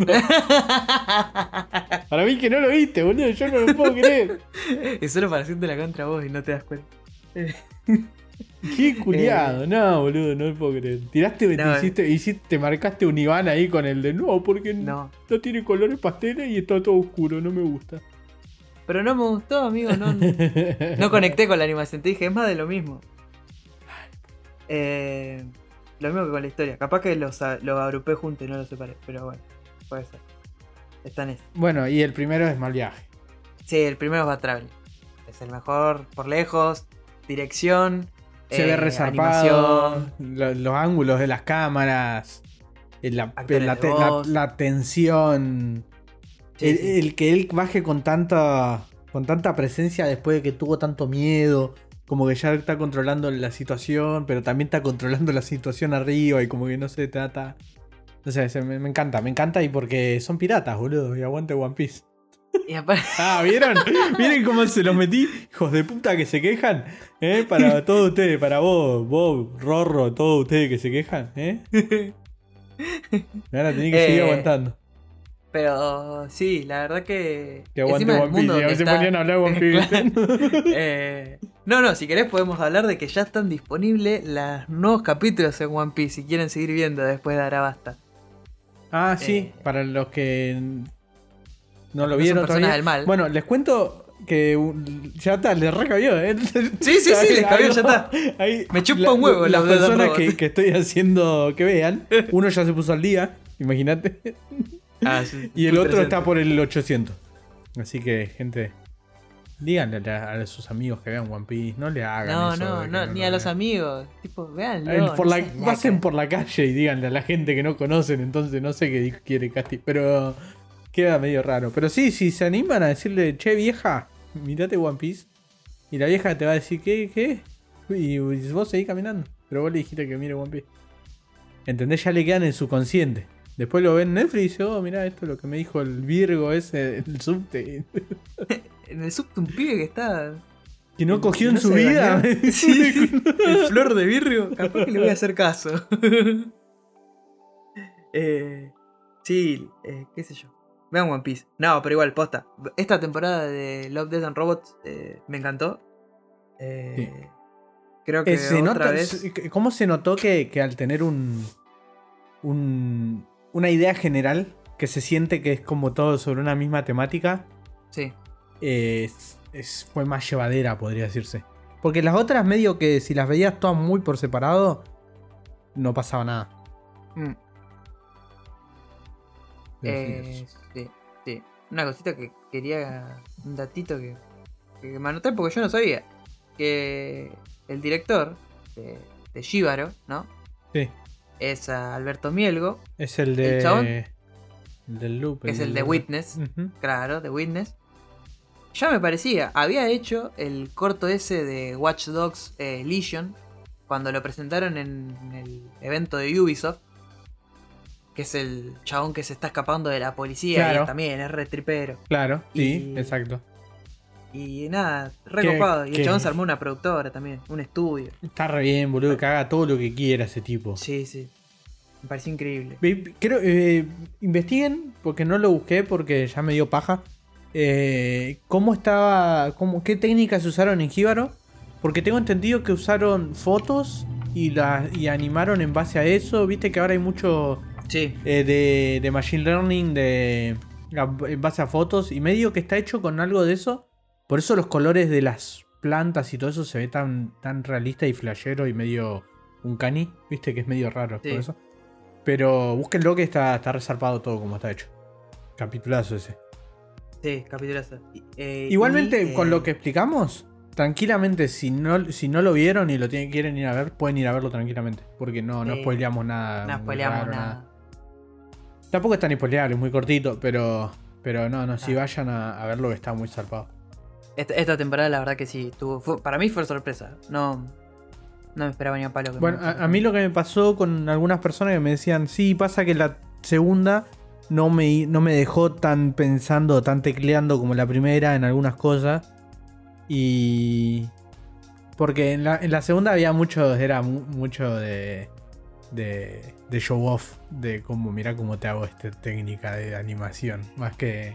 Para mí que no lo viste, boludo. Yo no lo puedo creer. Es solo para hacerte la contra vos y no te das cuenta. Qué culiado, no, boludo, no lo puedo creer. Tiraste, No, te marcaste un Iván ahí con el de no, porque no. no tiene colores pasteles y está todo oscuro, no me gusta. Pero no me gustó, amigo, no conecté con la animación, te dije, es más de lo mismo. Lo mismo que con la historia. Capaz que los agrupé juntos y no los separé, pero bueno, puede ser. Están esos. Bueno, y el primero es Mal Viaje. Sí, el primero es Bad Traveling. Es el mejor por lejos. Dirección. Se ve resarpado. Animación. Los ángulos de las cámaras. La tensión. Sí, El que él baje con tanta presencia después de que tuvo tanto miedo. Como que ya está controlando la situación, pero también está controlando la situación arriba y como que no se trata. No sé, me encanta y porque son piratas, boludo, y aguante One Piece. Y aparte... ¿Vieron? ¿Miren cómo se los metí? Hijos de puta que se quejan. Para todos ustedes, para vos, Rorro, todos ustedes que se quejan. Ahora tenés que seguir aguantando. Pero sí, la verdad que aguante One Piece. Y a veces ponían a hablar One Piece. No, si querés podemos hablar de que ya están disponibles los nuevos capítulos en One Piece si quieren seguir viendo después de Arabasta. Ah, sí, para los que no lo vieron todavía. Del mal. Bueno, les cuento que ya está, les recabió, Sí, les cabió, ya está. Ahí, me chupa un huevo las personas que estoy haciendo que vean. Uno ya se puso al día, imagínate. Sí, y el otro está por el 800. Así que, gente, díganle a sus amigos que vean One Piece. No le hagan eso. No, ni a los amigos. Tipo, véanlo. Pasen por la calle y díganle a la gente que no conocen. Entonces no sé qué quiere Casti. Pero queda medio raro. Pero sí, si se animan a decirle, che vieja, mirate One Piece. Y la vieja te va a decir, ¿qué? Y vos seguís caminando. Pero vos le dijiste que mire One Piece. ¿Entendés? Ya le quedan en su consciente. Después lo ven en Netflix y dice, mirá, esto es lo que me dijo el Virgo ese, el subte. En el subte un pibe que está... Que no cogió en su vida. Sí, el flor de Virgo. Capaz que le voy a hacer caso. Sí, qué sé yo. Vean One Piece. No, pero igual, posta. Esta temporada de Love, Death and Robots me encantó. Sí. Creo que otra vez... ¿Cómo se notó que al tener una idea general que se siente que es como todo sobre una misma temática? Sí. Fue más llevadera, podría decirse. Porque las otras medio que si las veías todas muy por separado, no pasaba nada. Sí. Una cosita que quería... Un datito que me anoté porque yo no sabía. Que el director de Shibaro, ¿no? Sí. Es Alberto Mielgo. Es el de... El chabón. El del Loop. Es el de Witness. Uh-huh. Claro, de Witness. Ya me parecía. Había hecho el corto ese de Watch Dogs Legion. Cuando lo presentaron en el evento de Ubisoft. Que es el chabón que se está escapando de la policía. Claro. Y también es re tripero. Claro, sí, exacto. Y nada, re copado. Y el chabón se armó una productora también, un estudio. Está re bien, boludo, que haga todo lo que quiera ese tipo. Sí. Me pareció increíble. Investiguen, porque no lo busqué, porque ya me dio paja. ¿Cómo estaba? ¿Qué técnicas usaron en Jíbaro? Porque tengo entendido que usaron fotos y animaron en base a eso. Viste que ahora hay mucho de Machine Learning en base a fotos. Y medio que está hecho con algo de eso. Por eso los colores de las plantas y todo eso se ve tan realista y flashero y medio uncanny. Viste que es medio raro por eso. Pero búsquenlo que está resarpado todo como está hecho. Capitulazo ese. Sí, capitulazo. Igualmente, con lo que explicamos, tranquilamente, si no lo vieron y quieren ir a ver, pueden ir a verlo tranquilamente. Porque no spoileamos nada. No spoileamos nada. Tampoco es tan spoileable, es muy cortito, pero no, si vayan a verlo que está muy zarpado. Esta temporada la verdad que sí, para mí fue sorpresa. No me esperaba ni a palo. Bueno, a mí lo que me pasó con algunas personas que me decían, sí, pasa que la segunda no me dejó tan pensando, tan tecleando como la primera en algunas cosas. Y... porque en la segunda había mucho de show off, de cómo, mirá cómo te hago esta técnica de animación, más que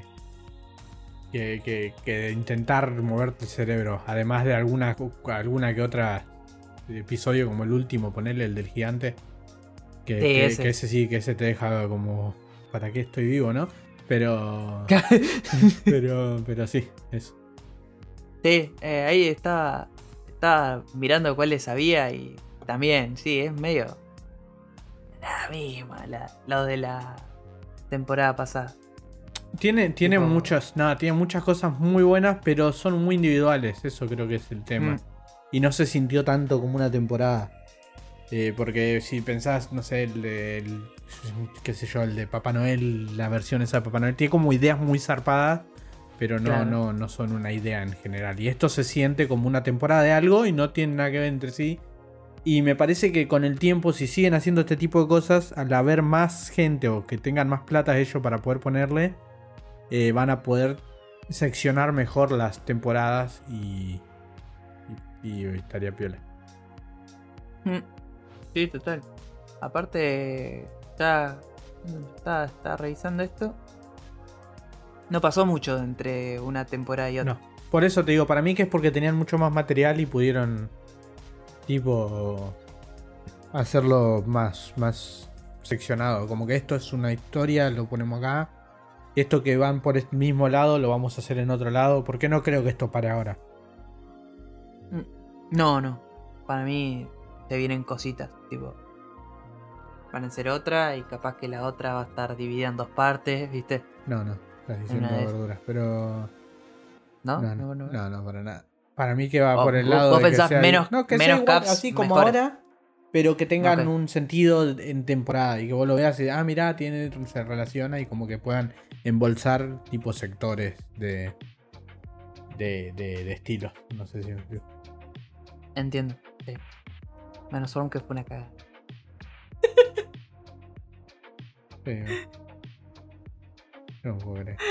de intentar moverte el cerebro, además de alguna que otra episodio como el último, ponerle el del gigante. Sí, Que ese. ese sí, que ese te deja como, ¿para qué estoy vivo, no? Pero sí, eso. Sí, ahí estaba mirando cuáles había y también, sí, es medio la misma, lo de la temporada pasada. Tiene Tipo- muchas cosas muy buenas, pero son muy individuales, eso creo que es el tema. Mm. Y no se sintió tanto como una temporada. Porque si pensás, no sé, qué sé yo, el de Papá Noel, la versión esa de Papá Noel, tiene como ideas muy zarpadas, pero Claro. no son una idea en general. Y esto se siente como una temporada de algo y no tiene nada que ver entre sí. Y me parece que con el tiempo, si siguen haciendo este tipo de cosas, al haber más gente o que tengan más plata ellos para poder ponerle, van a poder seccionar mejor las temporadas y estaría piola. Mm. Sí, total. Aparte, ya está revisando esto. No pasó mucho entre una temporada y otra. No. Por eso te digo, para mí que es porque tenían mucho más material y pudieron, tipo, hacerlo más seccionado. Como que esto es una historia, lo ponemos acá. Esto que van por el mismo lado lo vamos a hacer en otro lado. Porque no creo que esto pare ahora. No. Para mí te vienen cositas, tipo. Van a ser otra y capaz que la otra va a estar dividida en dos partes, ¿viste? No, estás En una diciendo de esas. verduras. Pero ¿No? no, para nada. Para mí que va Oh, por el lado vos de que pensás sea. No, que sea menos igual, caps, así como mejores. ahora. Pero que tengan Ok. un sentido en temporada. Y que vos lo veas y mirá, se relaciona. Y como que puedan embolsar tipo sectores de estilos. No sé si me explico. Entiendo. Sí. Menos Storm que fue una cagada. Pero, no puedo creer.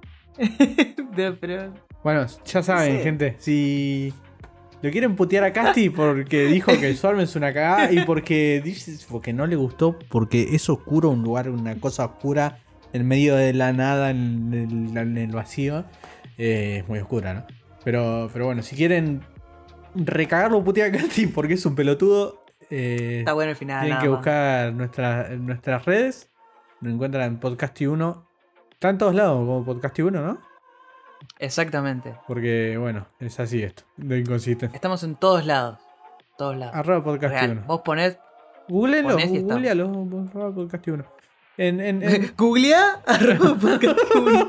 Pero. Bueno, ya saben, Sí. gente. Si lo quieren putear a Casti porque dijo que Swarm es una cagada y porque no le gustó, porque es oscuro, un lugar, una cosa oscura en medio de la nada, en el vacío. Es muy oscura, ¿no? Pero bueno, si quieren recagarlo, putear a Casti porque es un pelotudo. Está bueno el final, Tienen nada que más. buscar nuestras redes. Nos encuentran en Podcasti1. Está en todos lados como Podcasti1, ¿no? Exactamente. Porque, bueno, es así esto, de inconsistente. Estamos en todos lados. Todos lados. Arroba Real. Podcasti1. Vos ponés y estamos. Googlealo, arroba Podcasti1. En... Googlea @podcast1.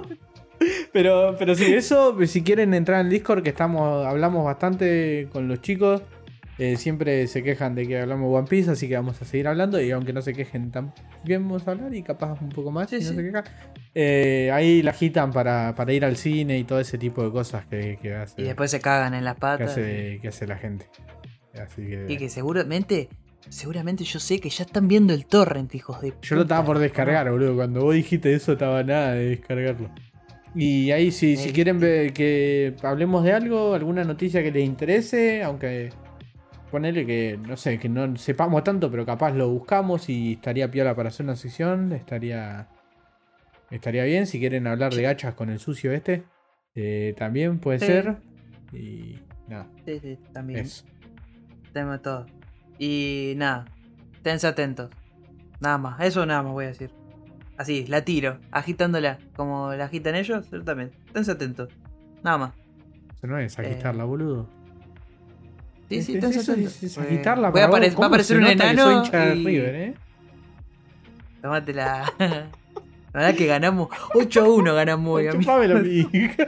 Pero sí, eso, si quieren entrar en Discord, que hablamos bastante con los chicos. Siempre se quejan de que hablamos One Piece, así que vamos a seguir hablando. Y aunque no se quejen, también vamos a hablar y capaz un poco más Sí, si no sí. se quejan. Ahí la agitan para ir al cine y todo ese tipo de cosas que hace, Y después se cagan en las patas. que hace la gente. Así que... Y que seguramente yo sé que ya están viendo el torrent, hijos de Yo lo estaba puta, por descargar, ¿no? boludo. Cuando vos dijiste eso, estaba nada de descargarlo. Y ahí, si quieren ver que hablemos de algo, alguna noticia que les interese, aunque ponele que, no sé, que no sepamos tanto, pero capaz lo buscamos y estaría piola para hacer una sección, estaría bien. Si quieren hablar de gachas con el sucio este, también puede Sí. ser. Y nada, Sí, también. eso. Tenemos todo. Y nada, tense atentos. Nada más, eso nada más voy a decir. Así, la tiro, agitándola, como la agitan ellos, yo también. Tense atentos. Nada más. Eso no es agitarla, boludo. Sí, tense atentos. Es agitarla Va a para vos. ¿Cómo aparecer se un nota que enano soy hincha de y... River, Tómatela. La verdad que ganamos 8-1 ganamos hoy, amigo. Chupame la pija.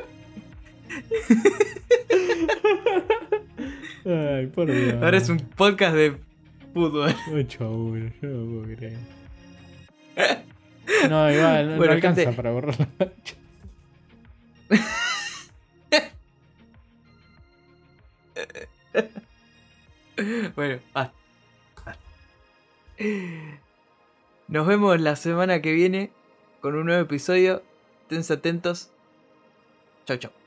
Ay, por Dios. Ahora es un podcast de fútbol. 8-1, yo no puedo creer. No, igual, no Bueno, alcanza gente. para borrarla. Bueno, basta. Nos vemos la semana que viene con un nuevo episodio. Tense atentos. Chau.